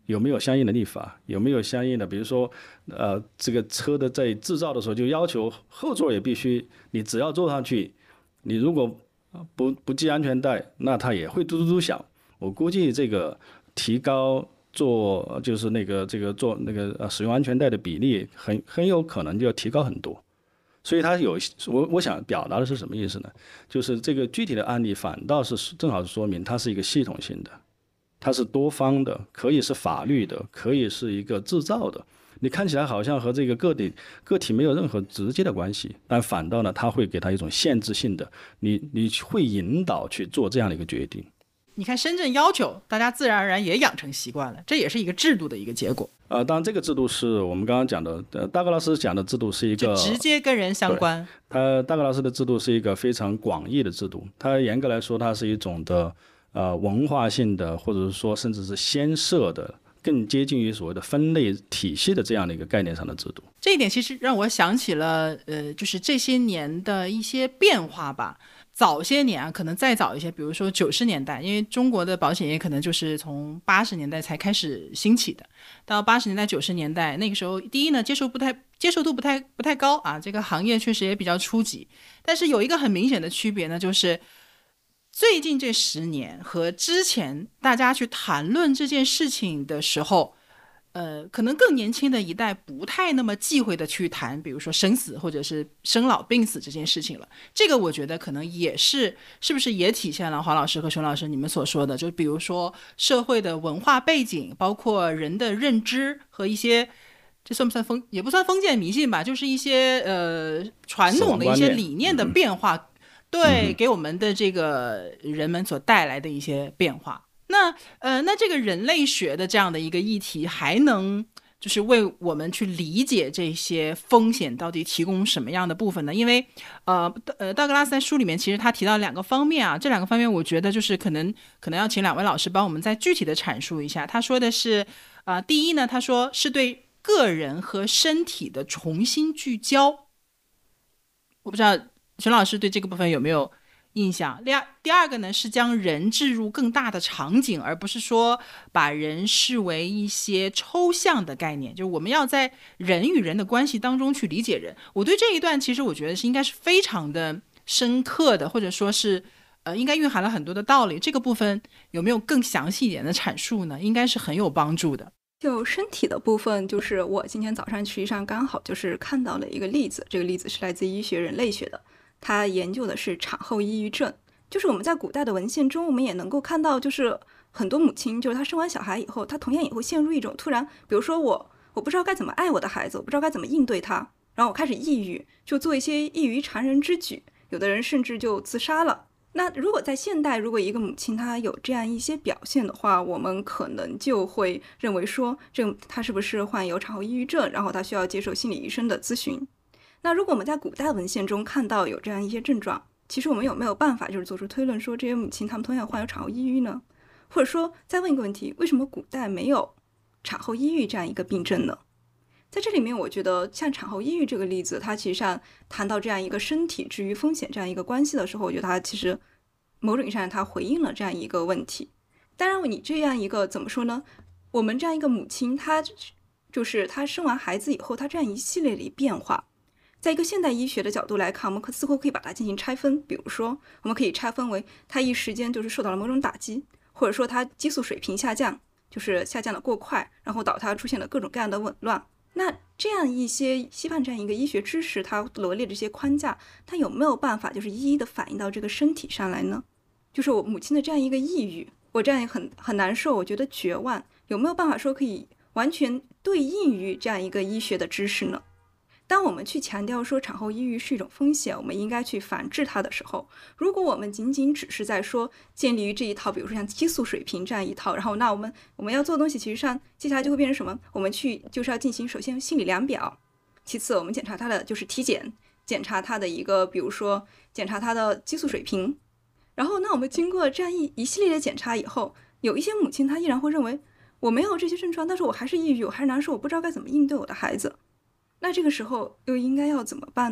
有没有相应的立法，有没有相应的，比如说，呃，这个车的在制造的时候就要求后座也必须，你只要坐上去，你如果不不系安全带，那它也会嘟嘟嘟响。我估计这个提高做就是那个这个做那个呃使用安全带的比例很很有可能就要提高很多。所以它有我我想表达的是什么意思呢？就是这个具体的案例反倒是正好是说明它是一个系统性的。它是多方的，可以是法律的，可以是一个制造的。你看起来好像和这个个体个体没有任何直接的关系，但反倒呢，它会给它一种限制性的，你你会引导去做这样的一个决定。 你看深圳要求，大家自然而然也养成习惯了，这也是一个制度的一个结果。 呃，当然这个制度是我们刚刚讲的，呃，大哥老师讲的制度是一个就直接跟人相关。 他大哥老师的制度是一个非常广义的制度，它严格来说，它是一种的。呃，文化性的，或者是说甚至是先设的，更接近于所谓的分类体系的这样的一个概念上的制度。 这一点其实让我想起了，呃，就是这些年的一些变化吧。早些年啊，可能再早一些，比如说九十年代，因为中国的保险业可能就是从八十年代才开始兴起的。到八十年代、九十年代，那个时候，第一呢，接受不太接受度不太不太高啊，这个行业确实也比较初级。但是有一个很明显的区别呢，就是最近这十年和之前大家去谈论这件事情的时候，呃，可能更年轻的一代不太那么忌讳的去谈，比如说生死或者是生老病死这件事情了。这个我觉得可能也是，是不是也体现了黄老师和熊老师你们所说的，就比如说社会的文化背景，包括人的认知和一些。这算不算封？也不算封建迷信吧，就是一些呃传统的一些理念的变化。嗯对，给我们的这个人们所带来的一些变化。那呃，那这个人类学的这样的一个议题，还能就是为我们去理解这些风险到底提供什么样的部分呢？因为呃呃，道格拉斯在书里面其实他提到两个方面啊，这两个方面我觉得就是可能可能要请两位老师帮我们再具体的阐述一下。他说的是啊、呃，第一呢，他说是对个人和身体的重新聚焦。我不知道熊老师对这个部分有没有印象？第二，第二个呢是将人置入更大的场景，而不是说把人视为一些抽象的概念，就是我们要在人与人的关系当中去理解人。我对这一段其实我觉得是应该是非常的深刻的，或者说是呃应该蕴含了很多的道理。这个部分有没有更详细一点的阐述呢？应该是很有帮助的。 就身体的部分，就是我今天早上实际上刚好就是看到了一个例子，这个例子是来自医学人类学的，它研究的是产后抑郁症。就是我们在古代的文献中，我们也能够看到，就是很多母亲，就是她生完小孩以后，她同样也会陷入一种突然，比如说我我不知道该怎么爱我的孩子，我不知道该怎么应对他，然后我开始抑郁，就做一些异于常人之举，有的人甚至就自杀了。那如果在现代，如果一个母亲她有这样一些表现的话，我们可能就会认为说，这她是不是患有产后抑郁症，然后她需要接受心理医生的咨询。那如果我们在古代文献中看到有这样一些症状，其实我们有没有办法就是做出推论说这些母亲她们同样患有产后抑郁呢？或者说再问一个问题，为什么古代没有产后抑郁这样一个病症呢？在这里面我觉得像产后抑郁这个例子，它其实上谈到这样一个身体至于风险这样一个关系的时候，我觉得它其实某种意义上它回应了这样一个问题。当然你这样一个怎么说呢，我们这样一个母亲，她就是她生完孩子以后，她这样一系列的变化，在一个现代医学的角度来看，我们可似乎可以把它进行拆分。比如说我们可以拆分为她一时间就是受到了某种打击，或者说她激素水平下降，就是下降的过快，然后导致她出现了各种各样的紊乱。那这样一些西方这样一个医学知识，它罗列这些框架，它有没有办法就是一一的反映到这个身体上来呢？就是我母亲的这样一个抑郁，我这样很很难受，我觉得绝望，有没有办法说可以完全对应于这样一个医学的知识呢？当我们去强调说产后抑郁是一种风险，我们应该去防治它的时候，如果我们仅仅只是在说建立于这一套，比如说像激素水平这样一套，然后那我们我们要做的东西，其实上接下来就会变成什么？我们去就是要进行首先心理量表，其次我们检查它的就是体检，检查它的一个比如说检查它的激素水平，然后那我们经过这样一一系列的检查以后，有一些母亲她依然会认为我没有这些症状，但是我还是抑郁，我还是难受，我不知道该怎么应对我的孩子。那这个时候又应该要怎么办呢？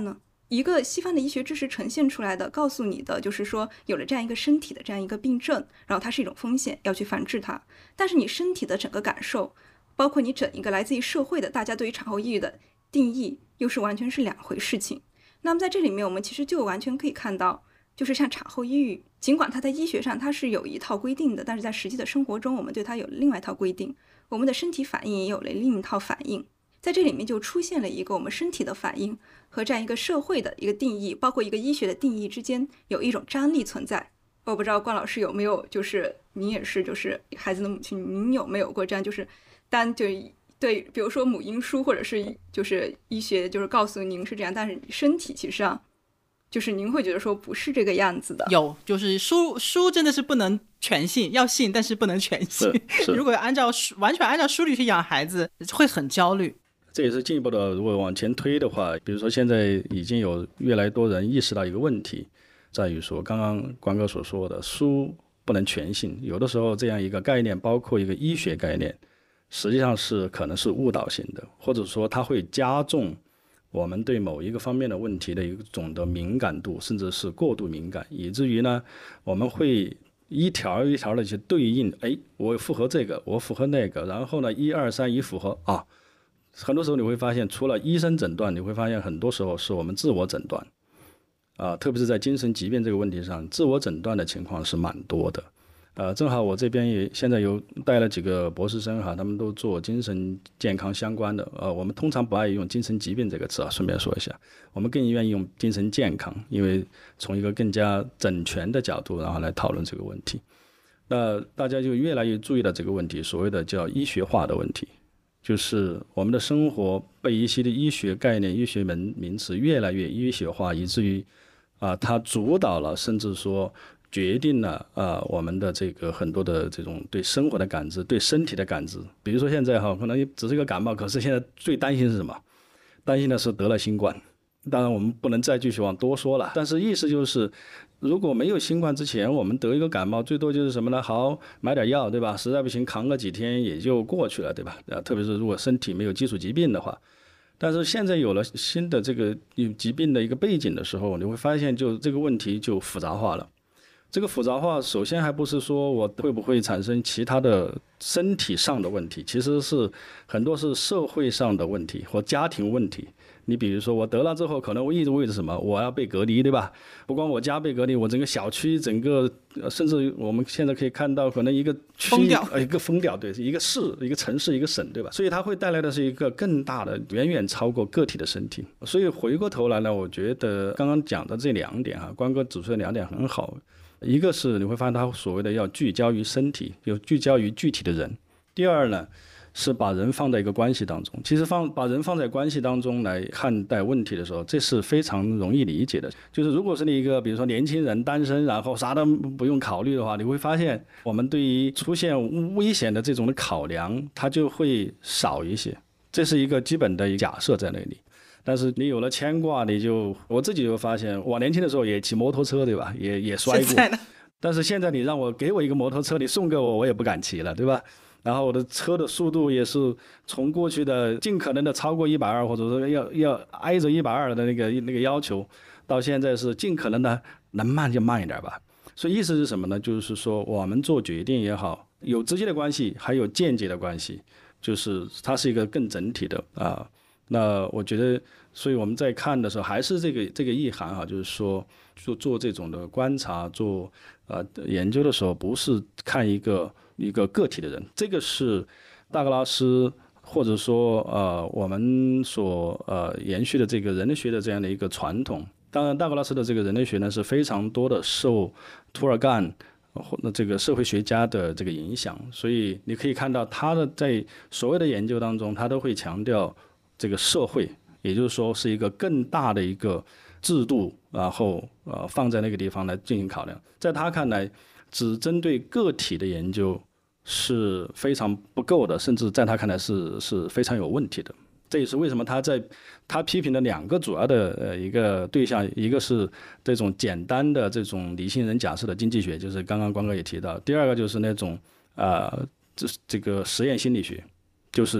一个西方的医学知识呈现出来的，告诉你的就是说，有了这样一个身体的这样一个病症，然后它是一种风险，要去防治它。但是你身体的整个感受，包括你整一个来自于社会的大家对于产后抑郁的定义，又是完全是两回事情。那么在这里面，我们其实就完全可以看到，就是像产后抑郁，尽管它在医学上它是有一套规定的，但是在实际的生活中，我们对它有另外一套规定，我们的身体反应也有了另一套反应。在这里面就出现了一个我们身体的反应和这样一个社会的一个定义，包括一个医学的定义之间有一种张力存在。我不知道关老师有没有，就是您也是就是孩子的母亲，您有没有过这样，就是当就对，比如说母婴书或者是就是医学就是告诉您是这样，但是身体其实上就是您会觉得说不是这个样子的。 有，就是书书真的是不能全信，要信但是不能全信。如果按照完全按照书里去养孩子，会很焦虑。 这也是进一步的，如果往前推的话，比如说现在已经有越来越多人意识到一个问题，在于说刚刚关哥所说的书不能全信，有的时候这样一个概念，包括一个医学概念，实际上是可能是误导性的，或者说它会加重我们对某一个方面的问题的一种的敏感度，甚至是过度敏感，以至于呢我们会一条一条的去对应，哎，我符合这个，我符合那个，然后呢一二三一符合啊。很多时候你会发现，除了医生诊断，你会发现很多时候是我们自我诊断啊，特别是在精神疾病这个问题上，自我诊断的情况是蛮多的。呃，正好我这边也现在有带了几个博士生哈，他们都做精神健康相关的。呃，我们通常不爱用精神疾病这个词啊，顺便说一下，我们更愿意用精神健康，因为从一个更加整全的角度，然后来讨论这个问题。那大家就越来越注意到这个问题，所谓的叫医学化的问题。就是我们的生活被一些的医学概念、医学名名词越来越医学化，以至于啊、呃，它主导了，甚至说决定了啊、呃，我们的这个很多的这种对生活的感知、对身体的感知。比如说现在哈，可能只是一个感冒，可是现在最担心是什么？担心的是得了新冠。当然我们不能再继续往多说了，但是意思就是，如果没有新冠之前，我们得一个感冒，最多就是什么呢？好，买点药，对吧？实在不行，扛个几天也就过去了，对吧？特别是如果身体没有基础疾病的话。但是现在有了新的这个疾病的一个背景的时候，你会发现，就这个问题就复杂化了。这个复杂化，首先还不是说我会不会产生其他的身体上的问题，其实是很多是社会上的问题或家庭问题。你比如说我得了之后，可能我意味着什么？我要被隔离，对吧？不光我家被隔离，我整个小区、整个甚至我们现在可以看到，可能一个区封掉， 呃，一个封掉，对，一个市、一个城市、一个省，对吧？所以它会带来的是一个更大的，远远超过个体的身体。所以回过头来呢，我觉得刚刚讲的这两点哈，关哥指出的两点很好。一个是你会发现他所谓的要聚焦于身体，有聚焦于具体的人。第二呢，是把人放在一个关系当中。其实放把人放在关系当中来看待问题的时候，这是非常容易理解的。就是如果是你一个比如说年轻人单身，然后啥都不用考虑的话，你会发现我们对于出现危险的这种的考量，它就会少一些。这是一个基本的假设在那里。但是你有了牵挂，你就我自己就发现，我年轻的时候也骑摩托车，对吧？也也摔过。但是现在你让我给我一个摩托车，你送给我，我也不敢骑了，对吧？然后我的车的速度也是从过去的尽可能的超过一百二，或者说要要挨着一百二的那个那个要求，到现在是尽可能的能慢就慢一点吧。所以意思是什么呢？就是说我们做决定也好，有直接的关系，还有间接的关系，就是它是一个更整体的啊。那我觉得，所以我们在看的时候，还是这个这个意涵哈，就是说做做这种的观察，做呃研究的时候，不是看一个一个个体的人，这个是大格拉斯或者说呃我们所呃延续的这个人类学的这样的一个传统。当然，大格拉斯的这个人类学呢，是非常多的受涂尔干或者这个社会学家的这个影响，所以你可以看到他的在所有的研究当中，他都会强调这个社会，也就是说是一个更大的一个制度，然后呃放在那个地方来进行考量。在他看来，只针对个体的研究是非常不够的，甚至在他看来是是非常有问题的。这也是为什么他在他批评的两个主要的呃一个对象，一个是这种简单的这种理性人假设的经济学，就是刚刚关哥也提到；第二个就是那种呃这这个实验心理学，就是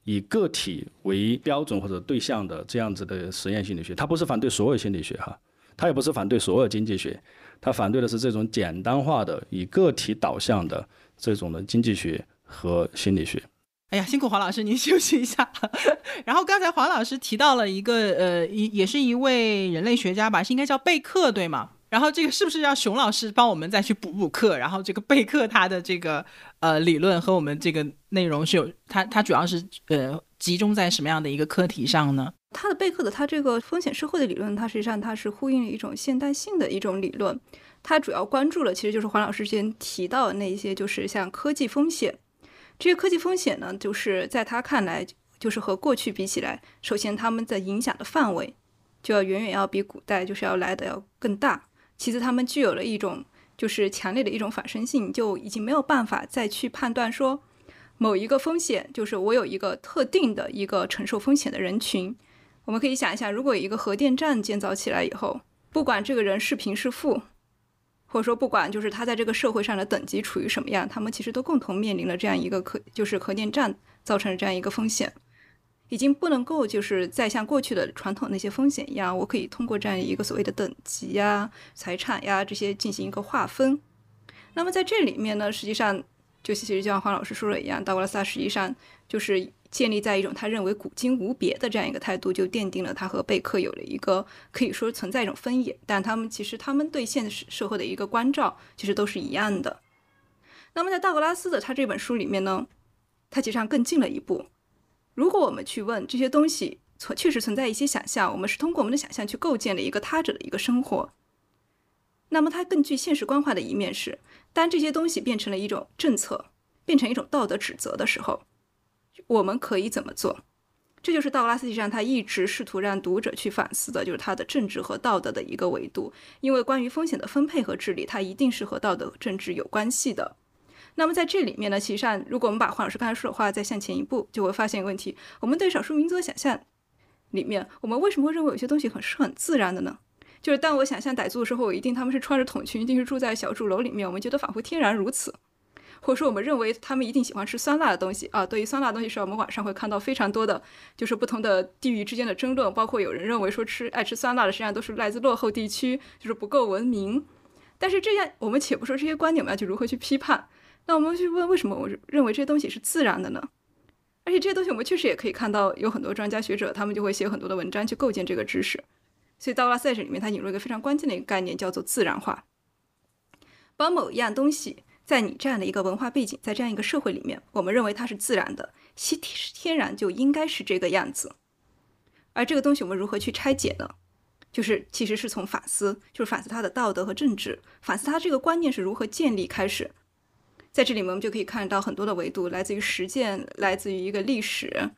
以个体为标准或者对象的这样子的实验心理学。他不是反对所有心理学哈，他也不是反对所有经济学，他反对的是这种简单化的以个体导向的这种的经济学和心理学。 哎呀，辛苦黄老师，您休息一下。然后刚才黄老师提到了一个呃，也是一位人类学家吧，是应该叫贝克对吗？然后这个是不是要熊老师帮我们再去补补课？然后这个贝克他的这个呃理论和我们这个内容是有，他他主要是呃集中在什么样的一个课题上呢？ 他的贝克的他这个风险社会的理论，它实际上它是呼应了一种现代性的一种理论，它主要关注了其实就是黄老师之前提到的那一些，就是像科技风险。这些科技风险呢，就是在他看来，就是和过去比起来，首先他们的影响的范围就要远远要比古代就是要来的要更大。其次，他们具有了一种就是强烈的一种反身性，就已经没有办法再去判断说某一个风险，就是我有一个特定的一个承受风险的人群。我们可以想一下，如果有一个核电站建造起来以后，不管这个人是贫是富，或者说不管就是他在这个社会上的等级处于什么样，他们其实都共同面临了这样一个可就是核电站造成的这样一个风险，已经不能够就是再像过去的传统那些风险一样，我可以通过这样一个所谓的等级呀、财产呀这些进行一个划分。那么在这里面呢，实际上就其实就像黄老师说的一样，道格拉斯实际上就是建立在一种他认为古今无别的这样一个态度，就奠定了他和贝克有了一个可以说存在一种分野，但他们其实他们对现实社会的一个关照其实都是一样的。那么在道格拉斯的他这本书里面呢，他其实上更进了一步。如果我们去问这些东西确实存在一些想象，我们是通过我们的想象去构建了一个他者的一个生活，那么它更具现实关怀的一面是，当这些东西变成了一种政策，变成一种道德指责的时候，我们可以怎么做？这就是道格拉斯实际上他一直试图让读者去反思的，就是他的政治和道德的一个维度。因为关于风险的分配和治理，它一定是和道德和政治有关系的。那么在这里面呢，其实上如果我们把黄老师刚才说的话再向前一步，就会发现一个问题：我们对少数民族的想象里面，我们为什么会认为有些东西很是很自然的呢？就是当我想象傣族的时候，我一定他们是穿着筒裙，一定是住在小竹楼里面，我们觉得仿佛天然如此。或者说我们认为他们一定喜欢吃酸辣的东西啊，对于酸辣的东西是我们网上会看到非常多的就是不同的地域之间的争论，包括有人认为说吃爱吃酸辣的实际上都是来自落后地区，就是不够文明。但是这样我们且不说这些观点我们要去如何去批判，那我们去问为什么我认为这些东西是自然的呢？而且这些东西我们确实也可以看到有很多专家学者他们就会写很多的文章去构建这个知识。所以道格拉斯在这里面他引入一个非常关键的一个概念，叫做自然化，把某一样东西在你这样的一个文化背景，在这样一个社会里面，我们认为它是自然的，天然就应该是这个样子。而这个东西我们如何去拆解呢？就是其实是从反思，就是反思它的道德和政治，反思它这个观念是如何建立开始。在这里面我们就可以看到很多的维度，来自于实践，来自于一个历史。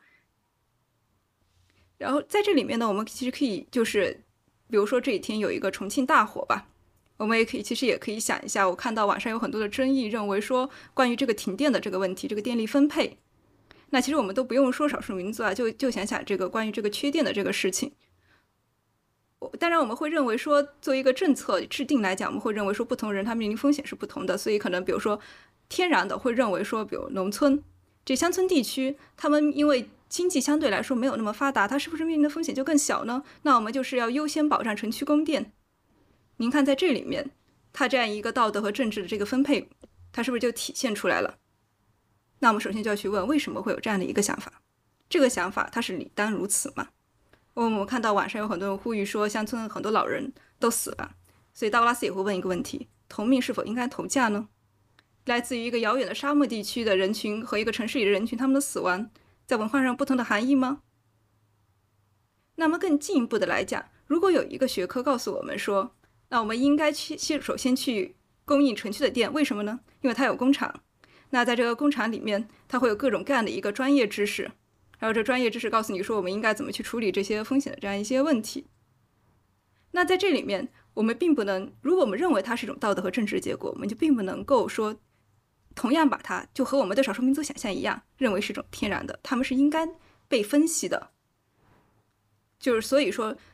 然后在这里面呢，我们其实可以就是比如说这几天有一个重庆大火吧，我们也可以其实也可以想一下，我看到网上有很多的争议，认为说关于这个停电的这个问题，这个电力分配，那其实我们都不用说少数民族啊，就就想想这个关于这个缺电的这个事情。当然我们会认为说作为一个政策制定来讲，我们会认为说不同人他面临风险是不同的，所以可能比如说天然的会认为说比如农村这乡村地区，他们因为经济相对来说没有那么发达，它是不是面临的风险就更小呢？那我们就是要优先保障城区供电。您看在这里面它这样一个道德和政治的这个分配，它是不是就体现出来了？那我们首先就要去问，为什么会有这样的一个想法？这个想法它是理当如此吗？我们看到网上有很多人呼吁说乡村很多老人都死了，所以道格拉斯也会问一个问题：同命是否应该同价呢？来自于一个遥远的沙漠地区的人群和一个城市里的人群，他们的死亡在文化上不同的含义吗？那么更进一步的来讲，如果有一个学科告诉我们说，那我们应该去首先去供应城区的电，为什么呢？因为它有工厂，那在这个工厂里面它会有各种各样的一个专业知识，然后这专业知识告诉你说我们应该怎么去处理这些风险的这样一些问题。那在这里面我们并不能，如果我们认为它是一种道德和政治的结果，我们就并不能够说同样把它就和我们对少数民族想象一样，认为是一种天然的，他们是应该被分析的。就是所以说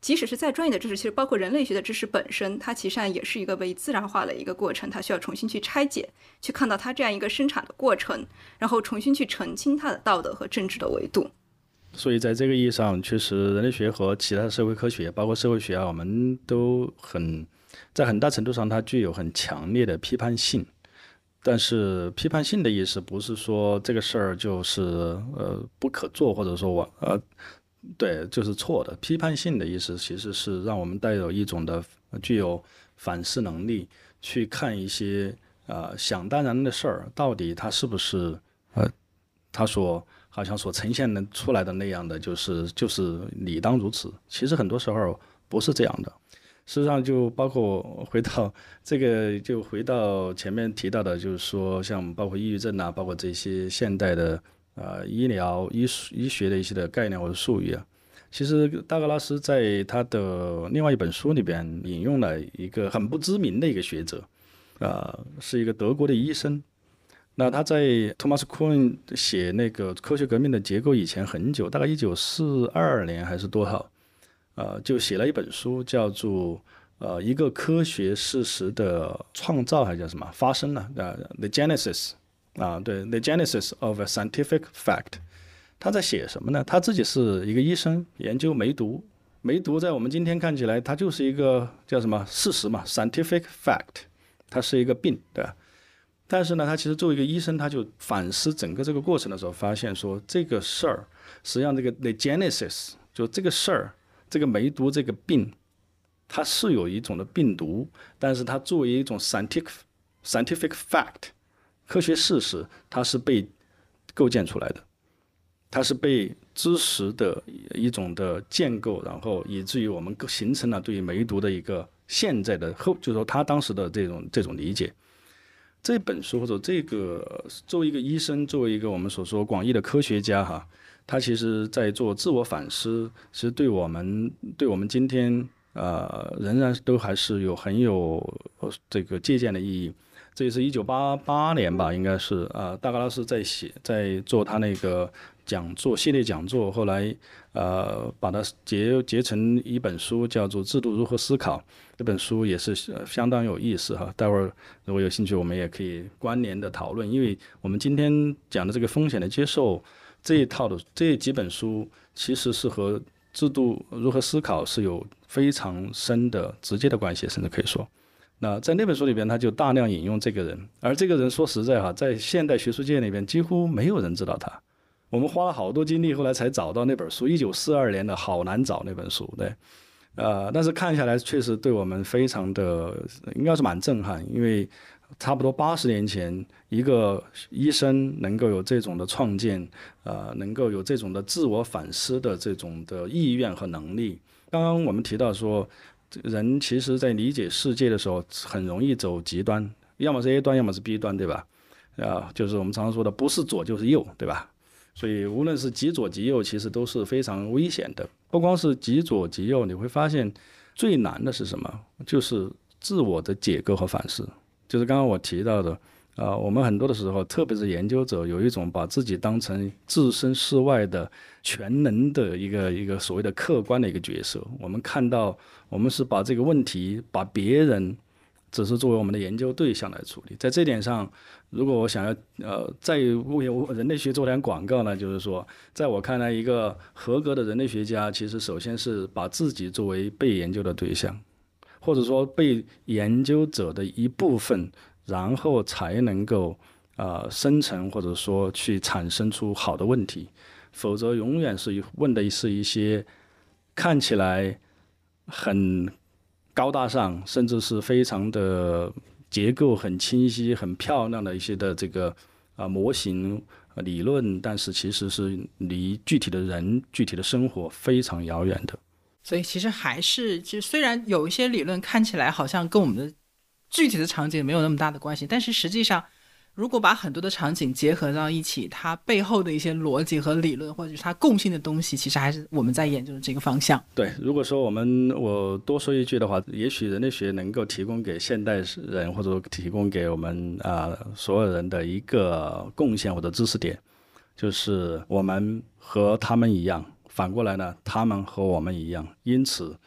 即使是再专业的知识，其实包括人类学的知识本身，它其实上也是一个被自然化的一个过程，它需要重新去拆解，去看到它这样一个生产的过程，然后重新去澄清它的道德和政治的维度。 所以在这个意义上，确实人类学和其他的社会科学，包括社会学啊，我们都很在很大程度上它具有很强烈的批判性。但是批判性的意思不是说这个事儿就是呃不可做，或者说我呃对就是错的。批判性的意思其实是让我们带有一种的具有反思能力，去看一些呃想当然的事儿，到底它是不是呃他所好像所呈现的出来的那样的，就是就是理当如此。其实很多时候不是这样的。事实上，就包括回到这个，就回到前面提到的，就是说，像包括抑郁症啊，包括这些现代的呃医疗医医学的一些的概念或者术语啊，其实大格拉斯在他的另外一本书里边引用了一个很不知名的一个学者，啊、呃，是一个德国的医生。那他在托马斯·库恩写那个科学革命的结构以前很久，大概一九四二年还是多少，呃，就写了一本书，叫做呃一个科学事实的创造，还叫什么发生了？呃 ，The Genesis 啊，对 ，The Genesis of a Scientific Fact。他在写什么呢？他自己是一个医生，研究梅毒。梅毒在我们今天看起来，它就是一个叫什么事实嘛 ，Scientific Fact， 它是一个病，对吧？但是呢，他其实作为一个医生，他就反思整个这个过程的时候，发现说这个事儿，实际上这个 the genesis 就这个事儿，这个梅毒这个病，它是有一种的病毒，但是它作为一种 scientific scientific fact 科学事实，它是被构建出来的，它是被知识的一种的建构，然后以至于我们形成了对于梅毒的一个现在的后，就是说他当时的这种这种理解。这本书或者这个作为一个医生，作为一个我们所说广义的科学家哈，他其实在做自我反思，其实对我们对我们今天呃仍然都还是有很有这个借鉴的意义。这也是一九八八年吧，应该是呃大格拉斯在写在做他那个讲座系列讲座，后来呃把它结结成一本书，叫做《制度如何思考》。这本书也是相当有意思哈，待会儿如果有兴趣，我们也可以关联的讨论。因为我们今天讲的这个风险的接受这一套的这几本书，其实是和制度如何思考是有非常深的直接的关系，甚至可以说。那在那本书里边，他就大量引用这个人，而这个人说实在哈，在现代学术界里边几乎没有人知道他。我们花了好多精力，后来才找到那本书，一九四二年的，好难找那本书，对。呃，但是看下来确实对我们非常的，应该是蛮震撼，因为差不多八十年前，一个医生能够有这种的创建，呃，能够有这种的自我反思的这种的意愿和能力。刚刚我们提到说，人其实在理解世界的时候，很容易走极端，要么是 A 端，要么是 B 端，对吧？啊、呃，就是我们常常说的，不是左就是右，对吧？所以无论是极左极右，其实都是非常危险的。不光是极左极右，你会发现最难的是什么？就是自我的解构和反思。就是刚刚我提到的，啊、呃，我们很多的时候，特别是研究者，有一种把自己当成置身事外的全能的一个一个所谓的客观的一个角色。我们看到，我们是把这个问题，把别人只是作为我们的研究对象来处理。在这点上，如果我想要呃再为人类学做点广告呢，就是说，在我看来，一个合格的人类学家，其实首先是把自己作为被研究的对象，或者说被研究者的一部分，然后才能够呃生成或者说去产生出好的问题，否则永远是问的是一些看起来很高大上，甚至是非常的结构很清晰、很漂亮的一些的这个啊、呃、模型、呃、理论，但是其实是离具体的人、具体的生活非常遥远的。 所以其实还是，其实虽然有一些理论看起来好像跟我们的具体的场景没有那么大的关系，但是实际上，如果把很多的场景结合到一起，它背后的一些逻辑和理论，或者是它共性的东西，其实还是我们在研究的这个方向。 对，如果说我们我多说一句的话，也许人类学能够提供给现代人，或者说提供给我们啊、呃、所有人的一个贡献或者知识点，就是我们和他们一样，反过来呢，他们和我们一样，因此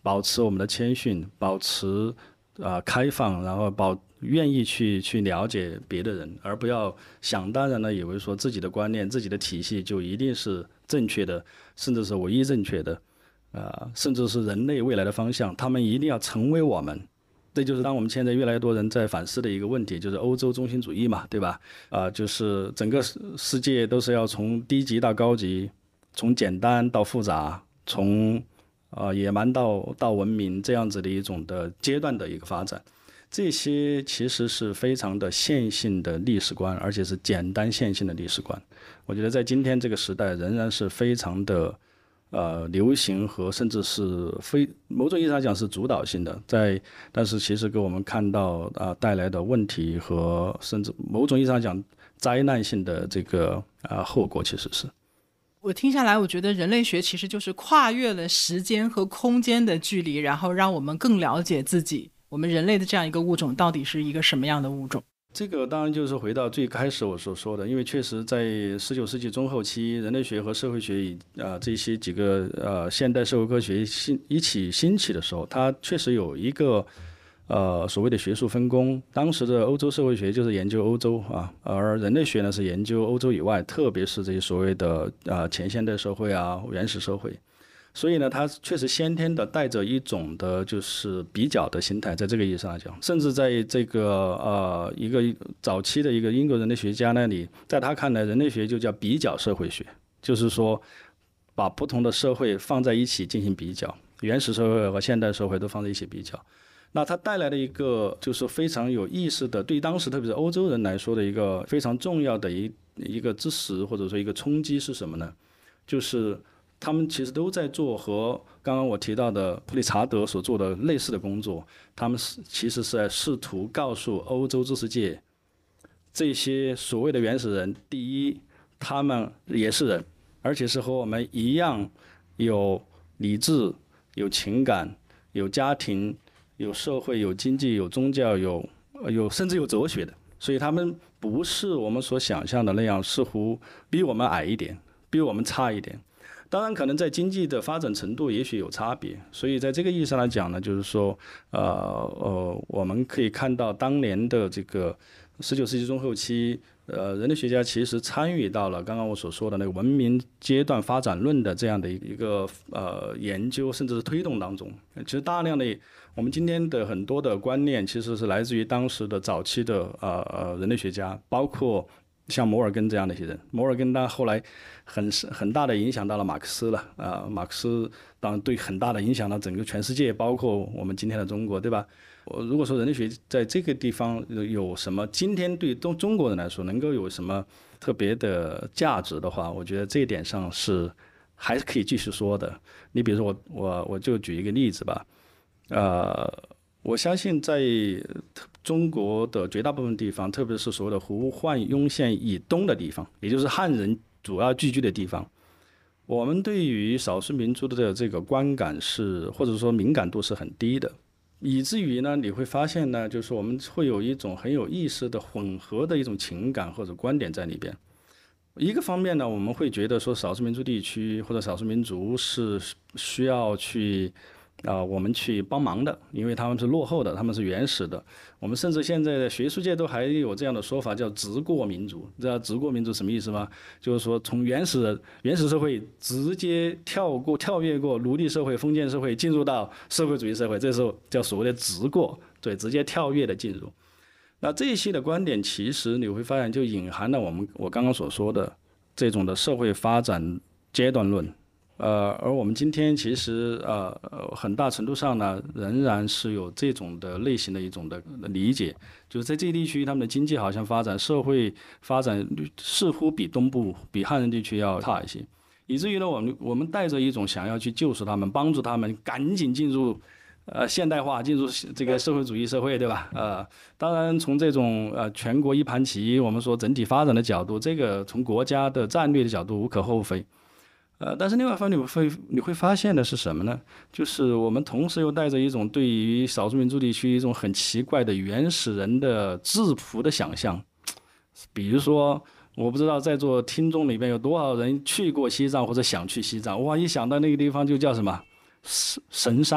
保持我们的谦逊，保持啊、呃、开放，然后保愿意去去了解别的人，而不要想当然的以为说自己的观念、自己的体系就一定是正确的，甚至是唯一正确的，啊、呃，甚至是人类未来的方向，他们一定要成为我们。这就是当我们现在越来越多人在反思的一个问题，就是欧洲中心主义嘛，对吧？啊、呃，就是整个世界都是要从低级到高级，从简单到复杂，从啊、呃、野蛮到到文明这样子的一种的阶段的一个发展。这些其实是非常的线性的历史观，而且是简单线性的历史观。我觉得在今天这个时代仍然是非常的呃流行和甚至是非某种意义上讲是主导性的，在但是其实给我们看到啊、呃、带来的问题和甚至某种意义上讲灾难性的这个啊、呃、后果，其实是。 我听下来，我觉得人类学其实就是跨越了时间和空间的距离，然后让我们更了解自己。我们人类的这样一个物种到底是一个什么样的物种？ 这个当然就是回到最开始我所说的，因为确实在十九世纪中后期，人类学和社会学以啊、呃、这些几个呃现代社会科学兴一起兴起的时候，它确实有一个呃所谓的学术分工。当时的欧洲社会学就是研究欧洲啊，而人类学呢是研究欧洲以外，特别是这些所谓的啊、呃、前现代社会啊、原始社会。所以呢，它确实先天的带着一种的就是比较的心态，在这个意义上来讲，甚至在这个呃一个早期的一个英国人类学家那里，在他看来，人类学就叫比较社会学，就是说把不同的社会放在一起进行比较，原始社会和现代社会都放在一起比较。那它带来的一个就是非常有意思的，对当时特别是欧洲人来说的一个非常重要的一一个知识或者说一个冲击是什么呢？就是他们其实都在做和刚刚我提到的普理查德所做的类似的工作，他们是其实是在试图告诉欧洲知识界，这些所谓的原始人，第一，他们也是人，而且是和我们一样有理智、有情感、有家庭、有社会、有经济、有宗教、有有甚至有哲学的，所以他们不是我们所想象的那样，似乎比我们矮一点，比我们差一点。当然，可能在经济的发展程度也许有差别，所以在这个意义上来讲呢，就是说，呃呃，我们可以看到当年的这个十九世纪中后期，呃，人类学家其实参与到了刚刚我所说的那个文明阶段发展论的这样的一个呃研究，甚至是推动当中。其实大量的我们今天的很多的观念，其实是来自于当时的早期的呃呃人类学家，包括像摩尔根这样的一些人。摩尔根他后来很很大的影响到了马克思了啊、呃，马克思当然对很大的影响到整个全世界，包括我们今天的中国，对吧？如果说人类学在这个地方有什么，今天对中中国人来说能够有什么特别的价值的话，我觉得这一点上是还是可以继续说的。你比如说我我我就举一个例子吧，呃，我相信在中国的绝大部分地方，特别是所谓的胡汉雍县以东的地方，也就是汉人主要聚居的地方，我们对于少数民族的这个观感是，或者说敏感度是很低的，以至于呢，你会发现呢，就是我们会有一种很有意识的混合的一种情感或者观点在里边。一个方面呢，我们会觉得说少数民族地区或者少数民族是需要去啊、呃，我们去帮忙的，因为他们是落后的，他们是原始的。我们甚至现在的学术界都还有这样的说法，叫直过民族。你知道直过民族什么意思吗？就是说从原始原始社会直接跳过、跳跃过奴隶社会、封建社会，进入到社会主义社会，这时候叫所谓的直过，对，直接跳跃的进入。那这一些的观点，其实你会发现就隐含了我们我刚刚所说的这种的社会发展阶段论。呃，而我们今天其实呃很大程度上呢，仍然是有这种的类型的一种的理解，就是在这一地区，他们的经济好像发展、社会发展似乎比东部、比汉人地区要差一些，以至于呢，我们我们带着一种想要去救赎他们、帮助他们赶紧进入呃现代化，进入这个社会主义社会，对吧？呃，当然从这种呃全国一盘棋，我们说整体发展的角度，这个从国家的战略的角度无可厚非。呃，但是另外一方面，你会你会发现的是什么呢？就是我们同时又带着一种对于少数民族地区一种很奇怪的原始人的质朴的想象。比如说，我不知道在座听众里边有多少人去过西藏或者想去西藏，哇，一想到那个地方就叫什么神山，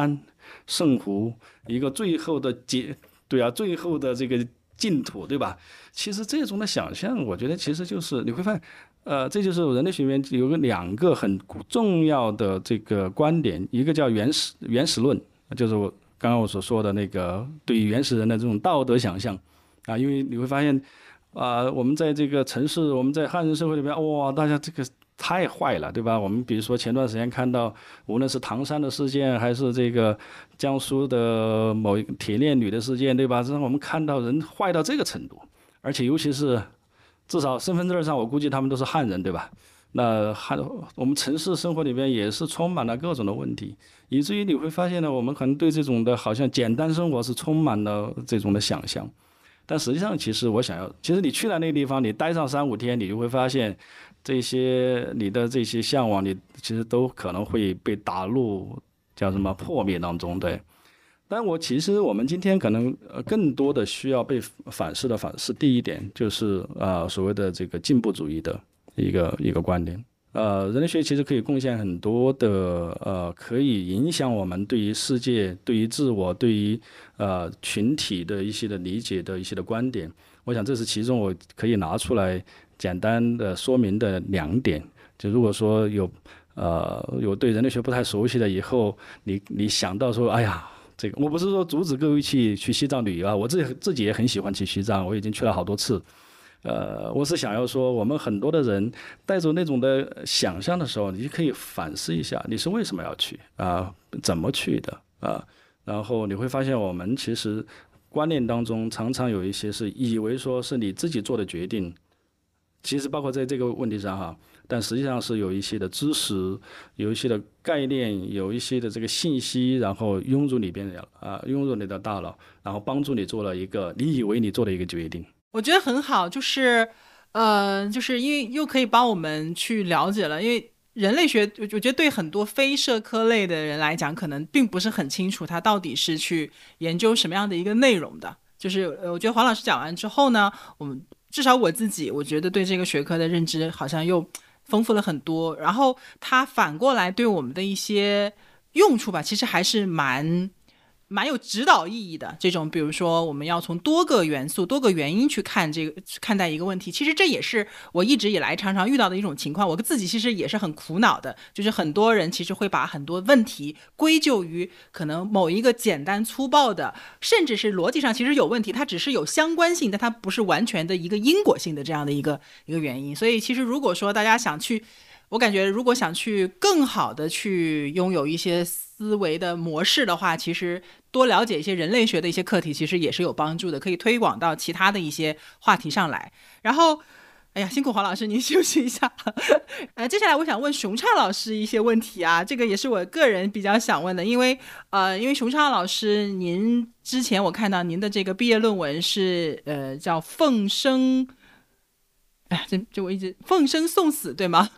圣湖，一个最后的结，对啊，最后的这个净土，对吧？其实这种的想象，我觉得其实就是你会发现，呃，这就是人类学里面有个两个很重要的这个观点，一个叫原始原始论，就是我刚刚我所说的那个对于原始人的这种道德想象啊，因为你会发现啊、呃，我们在这个城市，我们在汉人社会里面，哇，大家这个太坏了，对吧？我们比如说前段时间看到，无论是唐山的事件，还是这个江苏的某一个铁链女的事件，对吧？让我们看到人坏到这个程度，而且尤其是至少身份证上，我估计他们都是汉人，对吧？那汉我们城市生活里边也是充满了各种的问题，以至于你会发现呢，我们可能对这种的好像简单生活是充满了这种的想象。但实际上，其实我想要，其实你去了那个地方，你待上三五天，你就会发现，这些你的这些向往，你其实都可能会被打入叫什么破灭当中，对。但我其实我们今天可能呃更多的需要被反思的反思，第一点就是呃所谓的这个进步主义的一个一个观点。呃，人类学其实可以贡献很多的呃，可以影响我们对于世界、对于自我、对于呃群体的一些的理解的一些的观点。我想这是其中我可以拿出来简单的说明的两点。就如果说有呃有对人类学不太熟悉的，以后你你想到说，哎呀，这个我不是说阻止各位去去西藏旅游啊，我自己自己也很喜欢去西藏，我已经去了好多次。呃，我是想要说，我们很多的人带着那种的想象的时候，你就可以反思一下，你是为什么要去啊、呃？怎么去的啊？然后你会发现，我们其实观念当中常常有一些是以为说是你自己做的决定，其实包括在这个问题上哈，但实际上是有一些的知识，有一些的概念，有一些的这个信息，然后涌入里边啊，涌入你的大脑，然后帮助你做了一个你以为你做的一个决定。 我觉得很好，就是，呃，就是因为又可以帮我们去了解了，因为人类学，我觉得对很多非社科类的人来讲，可能并不是很清楚它到底是去研究什么样的一个内容的。就是我觉得黄老师讲完之后呢，我们至少我自己，我觉得对这个学科的认知好像又丰富了很多。然后它反过来对我们的一些用处吧，其实还是蛮。蛮有指导意义的，这种比如说我们要从多个元素多个原因去看这个看待一个问题，其实这也是我一直以来常常遇到的一种情况，我自己其实也是很苦恼的，就是很多人其实会把很多问题归咎于可能某一个简单粗暴的，甚至是逻辑上其实有问题，它只是有相关性，但它不是完全的一个因果性的这样的一个一个原因。所以其实如果说大家想去，我感觉如果想去更好的去拥有一些思维的模式的话，其实多了解一些人类学的一些课题其实也是有帮助的，可以推广到其他的一些话题上来。然后哎呀，辛苦黄老师您休息一下呃，接下来我想问熊畅老师一些问题啊，这个也是我个人比较想问的，因为呃，因为熊畅老师您之前我看到您的这个毕业论文是呃叫奉生，哎呀，这这我一直奉生送死对吗？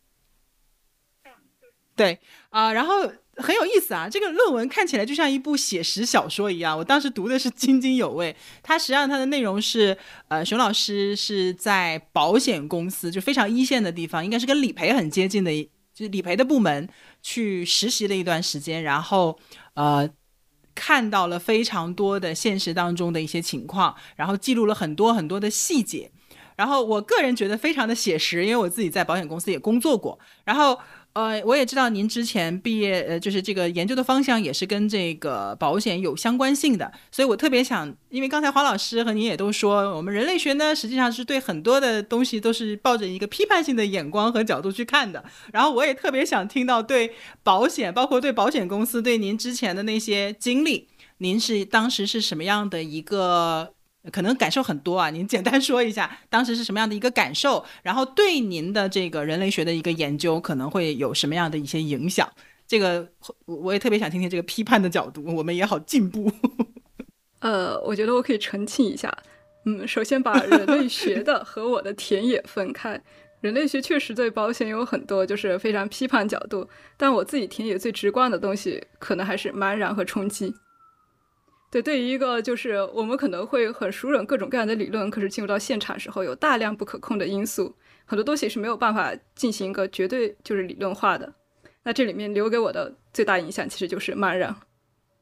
对啊、呃，然后很有意思啊，这个论文看起来就像一部写实小说一样，我当时读的是津津有味。它实际上它的内容是，呃，熊老师是在保险公司，就非常一线的地方，应该是跟理赔很接近的，就是理赔的部门去实习了一段时间，然后呃。看到了非常多的现实当中的一些情况，然后记录了很多很多的细节，然后我个人觉得非常的写实，因为我自己在保险公司也工作过，然后呃，我也知道您之前毕业，呃，就是这个研究的方向也是跟这个保险有相关性的，所以我特别想，因为刚才黄老师和您也都说，我们人类学呢，实际上是对很多的东西都是抱着一个批判性的眼光和角度去看的。然后我也特别想听到对保险，包括对保险公司，对您之前的那些经历，您是当时是什么样的一个？可能感受很多啊，您简单说一下当时是什么样的一个感受，然后对您的这个人类学的一个研究可能会有什么样的一些影响，这个我也特别想听听这个批判的角度，我们也好进步。 呃，我觉得我可以澄清一下，嗯，首先把人类学的和我的田野分开。人类学确实对保险有很多就是非常批判角度，但我自己田野最直观的东西可能还是茫然和冲击。对，对于一个就是我们可能会很熟稔各种各样的理论，可是进入到现场时候有大量不可控的因素，很多东西是没有办法进行一个绝对就是理论化的。那这里面留给我的最大影响其实就是茫然。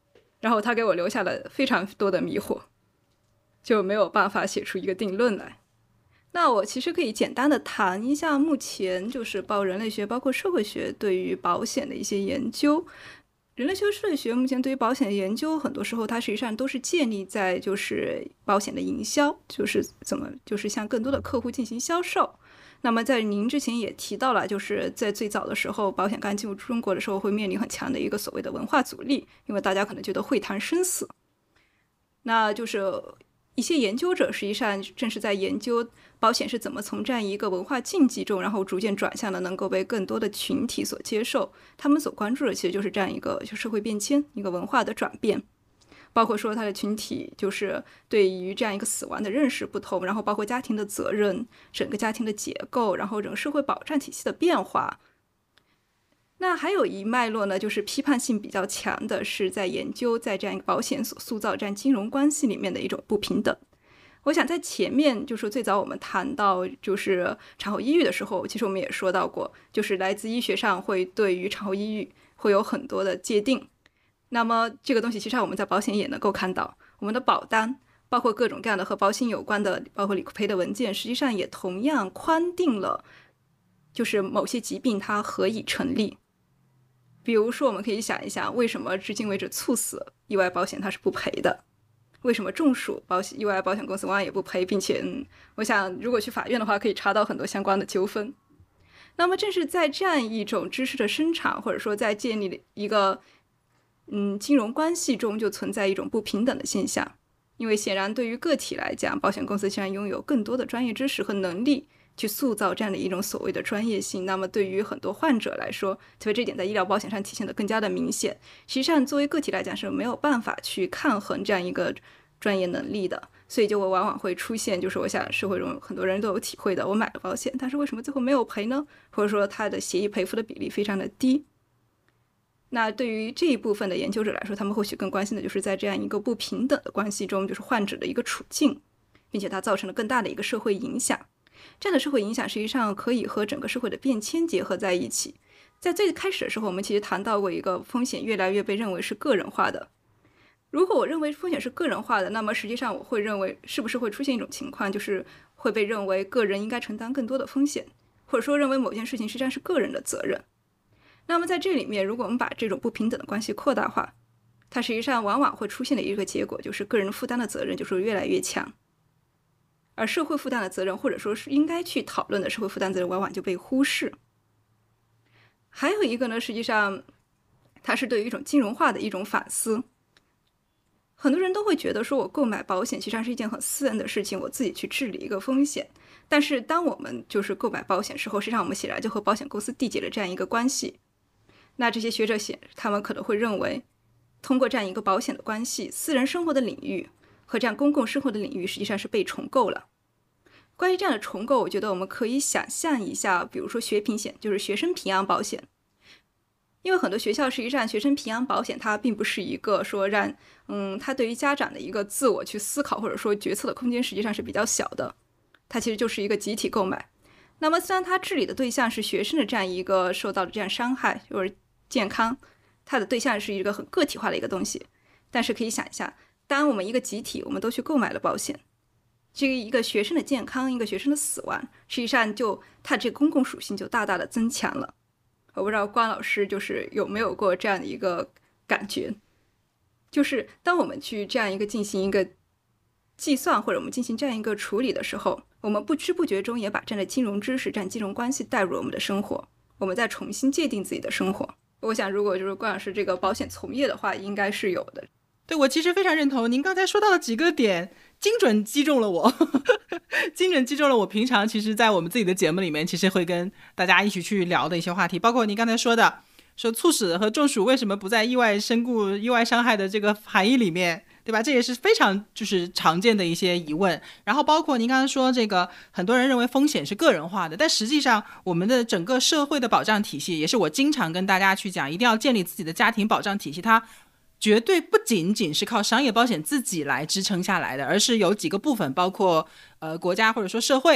然后他给我留下了非常多的迷惑，就没有办法写出一个定论来。那我其实可以简单的谈一下目前就是包括人类学包括社会学对于保险的一些研究。人类学社会学目前对于保险的研究，很多时候它实际上都是建立在就是保险的营销，就是怎么就是向更多的客户进行销售。那么在您之前也提到了，就是在最早的时候保险刚进入中国的时候会面临很强的一个所谓的文化阻力，因为大家可能觉得会谈生死。那就是一些研究者实际上正是在研究保险是怎么从这样一个文化禁忌中，然后逐渐转向了能够被更多的群体所接受。他们所关注的其实就是这样一个就社会变迁，一个文化的转变，包括说他的群体就是对于这样一个死亡的认识不同，然后包括家庭的责任，整个家庭的结构，然后整个社会保障体系的变化。那还有一脉络呢，就是批判性比较强的是在研究在这样一个保险所塑造这样金融关系里面的一种不平等。我想在前面就是最早我们谈到就是产后抑郁的时候，其实我们也说到过，就是来自医学上会对于产后抑郁会有很多的界定。那么这个东西其实我们在保险也能够看到，我们的保单包括各种各样的和保险有关的包括理赔的文件，实际上也同样宽定了就是某些疾病它何以成立。比如说我们可以想一想，为什么至今为止猝死意外保险它是不赔的，为什么中暑保险意外保险公司往往也不赔，并且、嗯、我想如果去法院的话可以查到很多相关的纠纷。那么正是在这样一种知识的生产，或者说在建立一个嗯金融关系中，就存在一种不平等的现象。因为显然对于个体来讲，保险公司虽然拥有更多的专业知识和能力去塑造这样的一种所谓的专业性，那么对于很多患者来说，特别这点在医疗保险上体现得更加的明显，实际上作为个体来讲是没有办法去抗衡这样一个专业能力的。所以就往往会出现就是我想社会中很多人都有体会的，我买了保险但是为什么最后没有赔呢？或者说他的协议赔付的比例非常的低。那对于这一部分的研究者来说，他们或许更关心的就是在这样一个不平等的关系中，就是患者的一个处境，并且它造成了更大的一个社会影响。这样的社会影响实际上可以和整个社会的变迁结合在一起。在最开始的时候，我们其实谈到过一个风险越来越被认为是个人化的。如果我认为风险是个人化的，那么实际上我会认为是不是会出现一种情况，就是会被认为个人应该承担更多的风险，或者说认为某件事情实际上是个人的责任。那么在这里面，如果我们把这种不平等的关系扩大化，它实际上往往会出现的一个结果就是个人负担的责任就是越来越强，而社会负担的责任，或者说是应该去讨论的社会负担责任，往往就被忽视。还有一个呢，实际上它是对于一种金融化的一种反思。很多人都会觉得说我购买保险实际上是一件很私人的事情，我自己去治理一个风险。但是当我们就是购买保险时候，实际上我们显然就和保险公司缔结了这样一个关系。那这些学者显他们可能会认为，通过这样一个保险的关系，私人生活的领域和这样公共生活的领域实际上是被重构了。关于这样的重构，我觉得我们可以想象一下，比如说学平险，就是学生平安保险。因为很多学校实际上学生平安保险它并不是一个说让嗯，它对于家长的一个自我去思考或者说决策的空间实际上是比较小的，它其实就是一个集体购买。那么虽然它治理的对象是学生的这样一个受到的这样伤害或者健康，它的对象是一个很个体化的一个东西，但是可以想一下，当我们一个集体我们都去购买了保险，这个一个学生的健康，一个学生的死亡，实际上就它这个公共属性就大大的增强了。我不知道关老师就是有没有过这样的一个感觉，就是当我们去这样一个进行一个计算，或者我们进行这样一个处理的时候，我们不知不觉中也把这样的金融知识、这样金融关系带入我们的生活，我们再重新界定自己的生活。我想如果就是关老师这个保险从业的话，应该是有的。 对，我其实非常认同您刚才说到的几个点，精准击中了我精准击中了我平常其实在我们自己的节目里面其实会跟大家一起去聊的一些话题，包括您刚才说的说猝死和中暑为什么不在意外身故意外伤害的这个含义里面，对吧？这也是非常就是常见的一些疑问。然后包括您刚才说这个很多人认为风险是个人化的，但实际上我们的整个社会的保障体系，也是我经常跟大家去讲，一定要建立自己的家庭保障体系，它绝对不仅仅是靠商业保险自己来支撑下来的，而是有几个部分，包括呃国家或者说社会，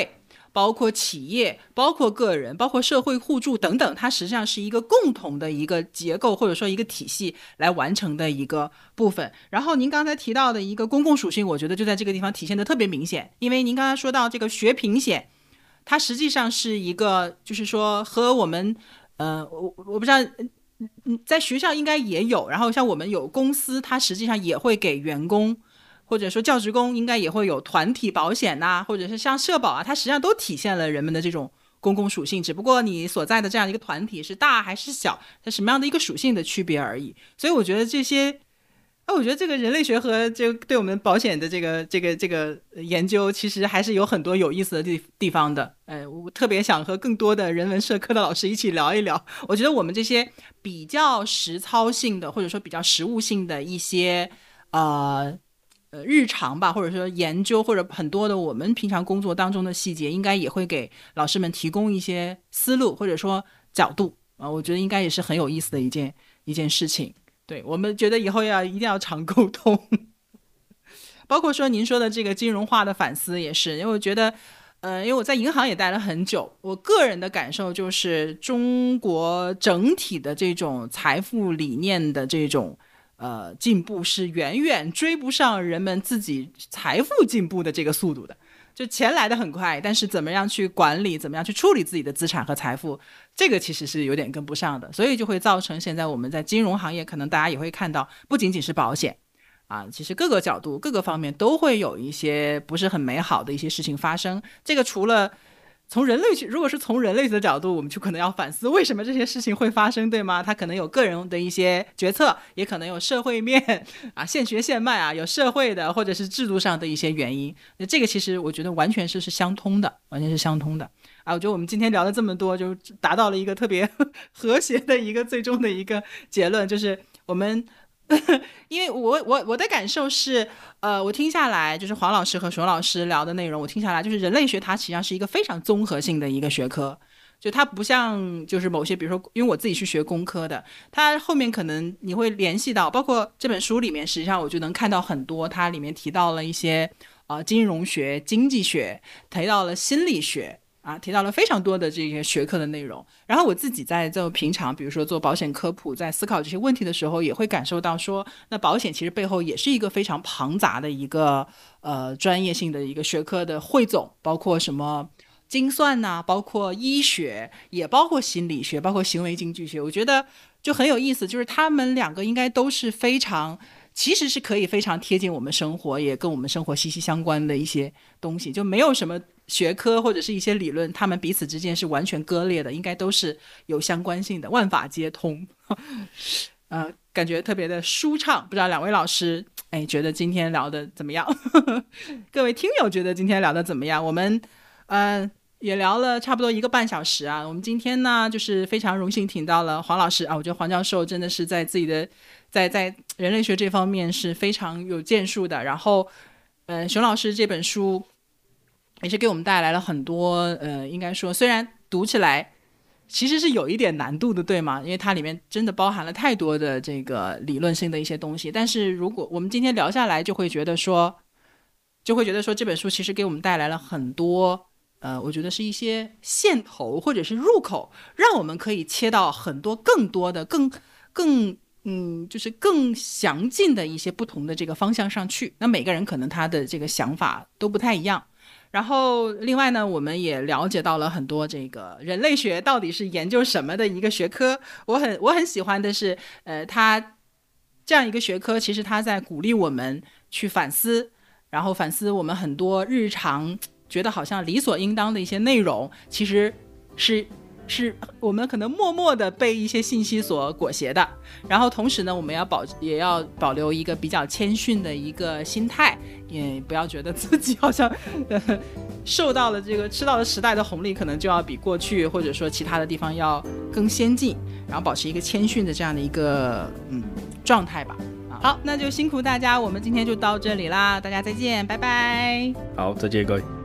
包括企业，包括个人，包括社会互助等等，它实际上是一个共同的一个结构或者说一个体系来完成的一个部分。然后您刚才提到的一个公共属性，我觉得就在这个地方体现的特别明显，因为您刚才说到这个学评险，它实际上是一个就是说和我们呃我我不知道在学校应该也有，然后像我们有公司，它实际上也会给员工或者说教职工应该也会有团体保险呐、啊，或者是像社保啊，它实际上都体现了人们的这种公共属性，只不过你所在的这样一个团体是大还是小，它什么样的一个属性的区别而已。所以我觉得这些我觉得这个人类学和这个对我们保险的这个这个这个研究其实还是有很多有意思的地地方的。呃，我特别想和更多的人文社科的老师一起聊一聊。我觉得我们这些比较实操性的或者说比较实务性的一些呃呃日常吧，或者说研究或者很多的我们平常工作当中的细节，应该也会给老师们提供一些思路或者说角度啊、呃，我觉得应该也是很有意思的一件一件事情。对，我们觉得以后要一定要常沟通包括说您说的这个金融化的反思也是，因为我觉得呃，因为我在银行也待了很久，我个人的感受就是中国整体的这种财富理念的这种呃进步是远远追不上人们自己财富进步的这个速度的。就钱来得很快，但是怎么样去管理，怎么样去处理自己的资产和财富，这个其实是有点跟不上的，所以就会造成现在我们在金融行业可能大家也会看到，不仅仅是保险啊，其实各个角度各个方面都会有一些不是很美好的一些事情发生。这个除了从人类如果是从人类的角度，我们就可能要反思为什么这些事情会发生，对吗？它可能有个人的一些决策，也可能有社会面啊，现学现卖啊，有社会的或者是制度上的一些原因。那这个其实我觉得完全是是相通的，完全是相通的啊！我觉得我们今天聊了这么多，就达到了一个特别和谐的一个最终的一个结论，就是我们因为我我我的感受是，呃，我听下来就是黄老师和熊老师聊的内容，我听下来就是人类学它实际上是一个非常综合性的一个学科，就它不像就是某些，比如说，因为我自己是学工科的，它后面可能你会联系到，包括这本书里面，实际上我就能看到很多，它里面提到了一些呃金融学、经济学，提到了心理学。啊，提到了非常多的这些学科的内容，然后我自己在做平常比如说做保险科普，在思考这些问题的时候，也会感受到说，那保险其实背后也是一个非常庞杂的一个呃专业性的一个学科的汇总，包括什么精算呐、啊，包括医学，也包括心理学，包括行为经济学。我觉得就很有意思，就是他们两个应该都是非常其实是可以非常贴近我们生活，也跟我们生活息息相关的一些东西，就没有什么学科或者是一些理论他们彼此之间是完全割裂的，应该都是有相关性的，万法皆通呃，感觉特别的舒畅。不知道两位老师哎，觉得今天聊的怎么样各位听友觉得今天聊的怎么样？我们呃也聊了差不多一个半小时啊。我们今天呢就是非常荣幸请到了黄老师啊，我觉得黄教授真的是在自己的在在人类学这方面是非常有建树的，然后呃熊老师这本书也是给我们带来了很多呃应该说虽然读起来其实是有一点难度的，对吗？因为它里面真的包含了太多的这个理论性的一些东西，但是如果我们今天聊下来就会觉得说就会觉得说这本书其实给我们带来了很多呃，我觉得是一些线头或者是入口，让我们可以切到很多更多的更更嗯，就是更详尽的一些不同的这个方向上去。那每个人可能他的这个想法都不太一样。然后另外呢，我们也了解到了很多这个人类学到底是研究什么的一个学科。我很我很喜欢的是，呃，它这样一个学科，其实它在鼓励我们去反思，然后反思我们很多日常觉得好像理所应当的一些内容，其实是是我们可能默默的被一些信息所裹挟的。然后同时呢，我们要保也要保留一个比较谦逊的一个心态，也不要觉得自己好像、呃、受到了这个吃到了时代的红利，可能就要比过去或者说其他的地方要更先进，然后保持一个谦逊的这样的一个嗯状态吧。好，那就辛苦大家，我们今天就到这里啦，大家再见，拜拜。 好，再见各位。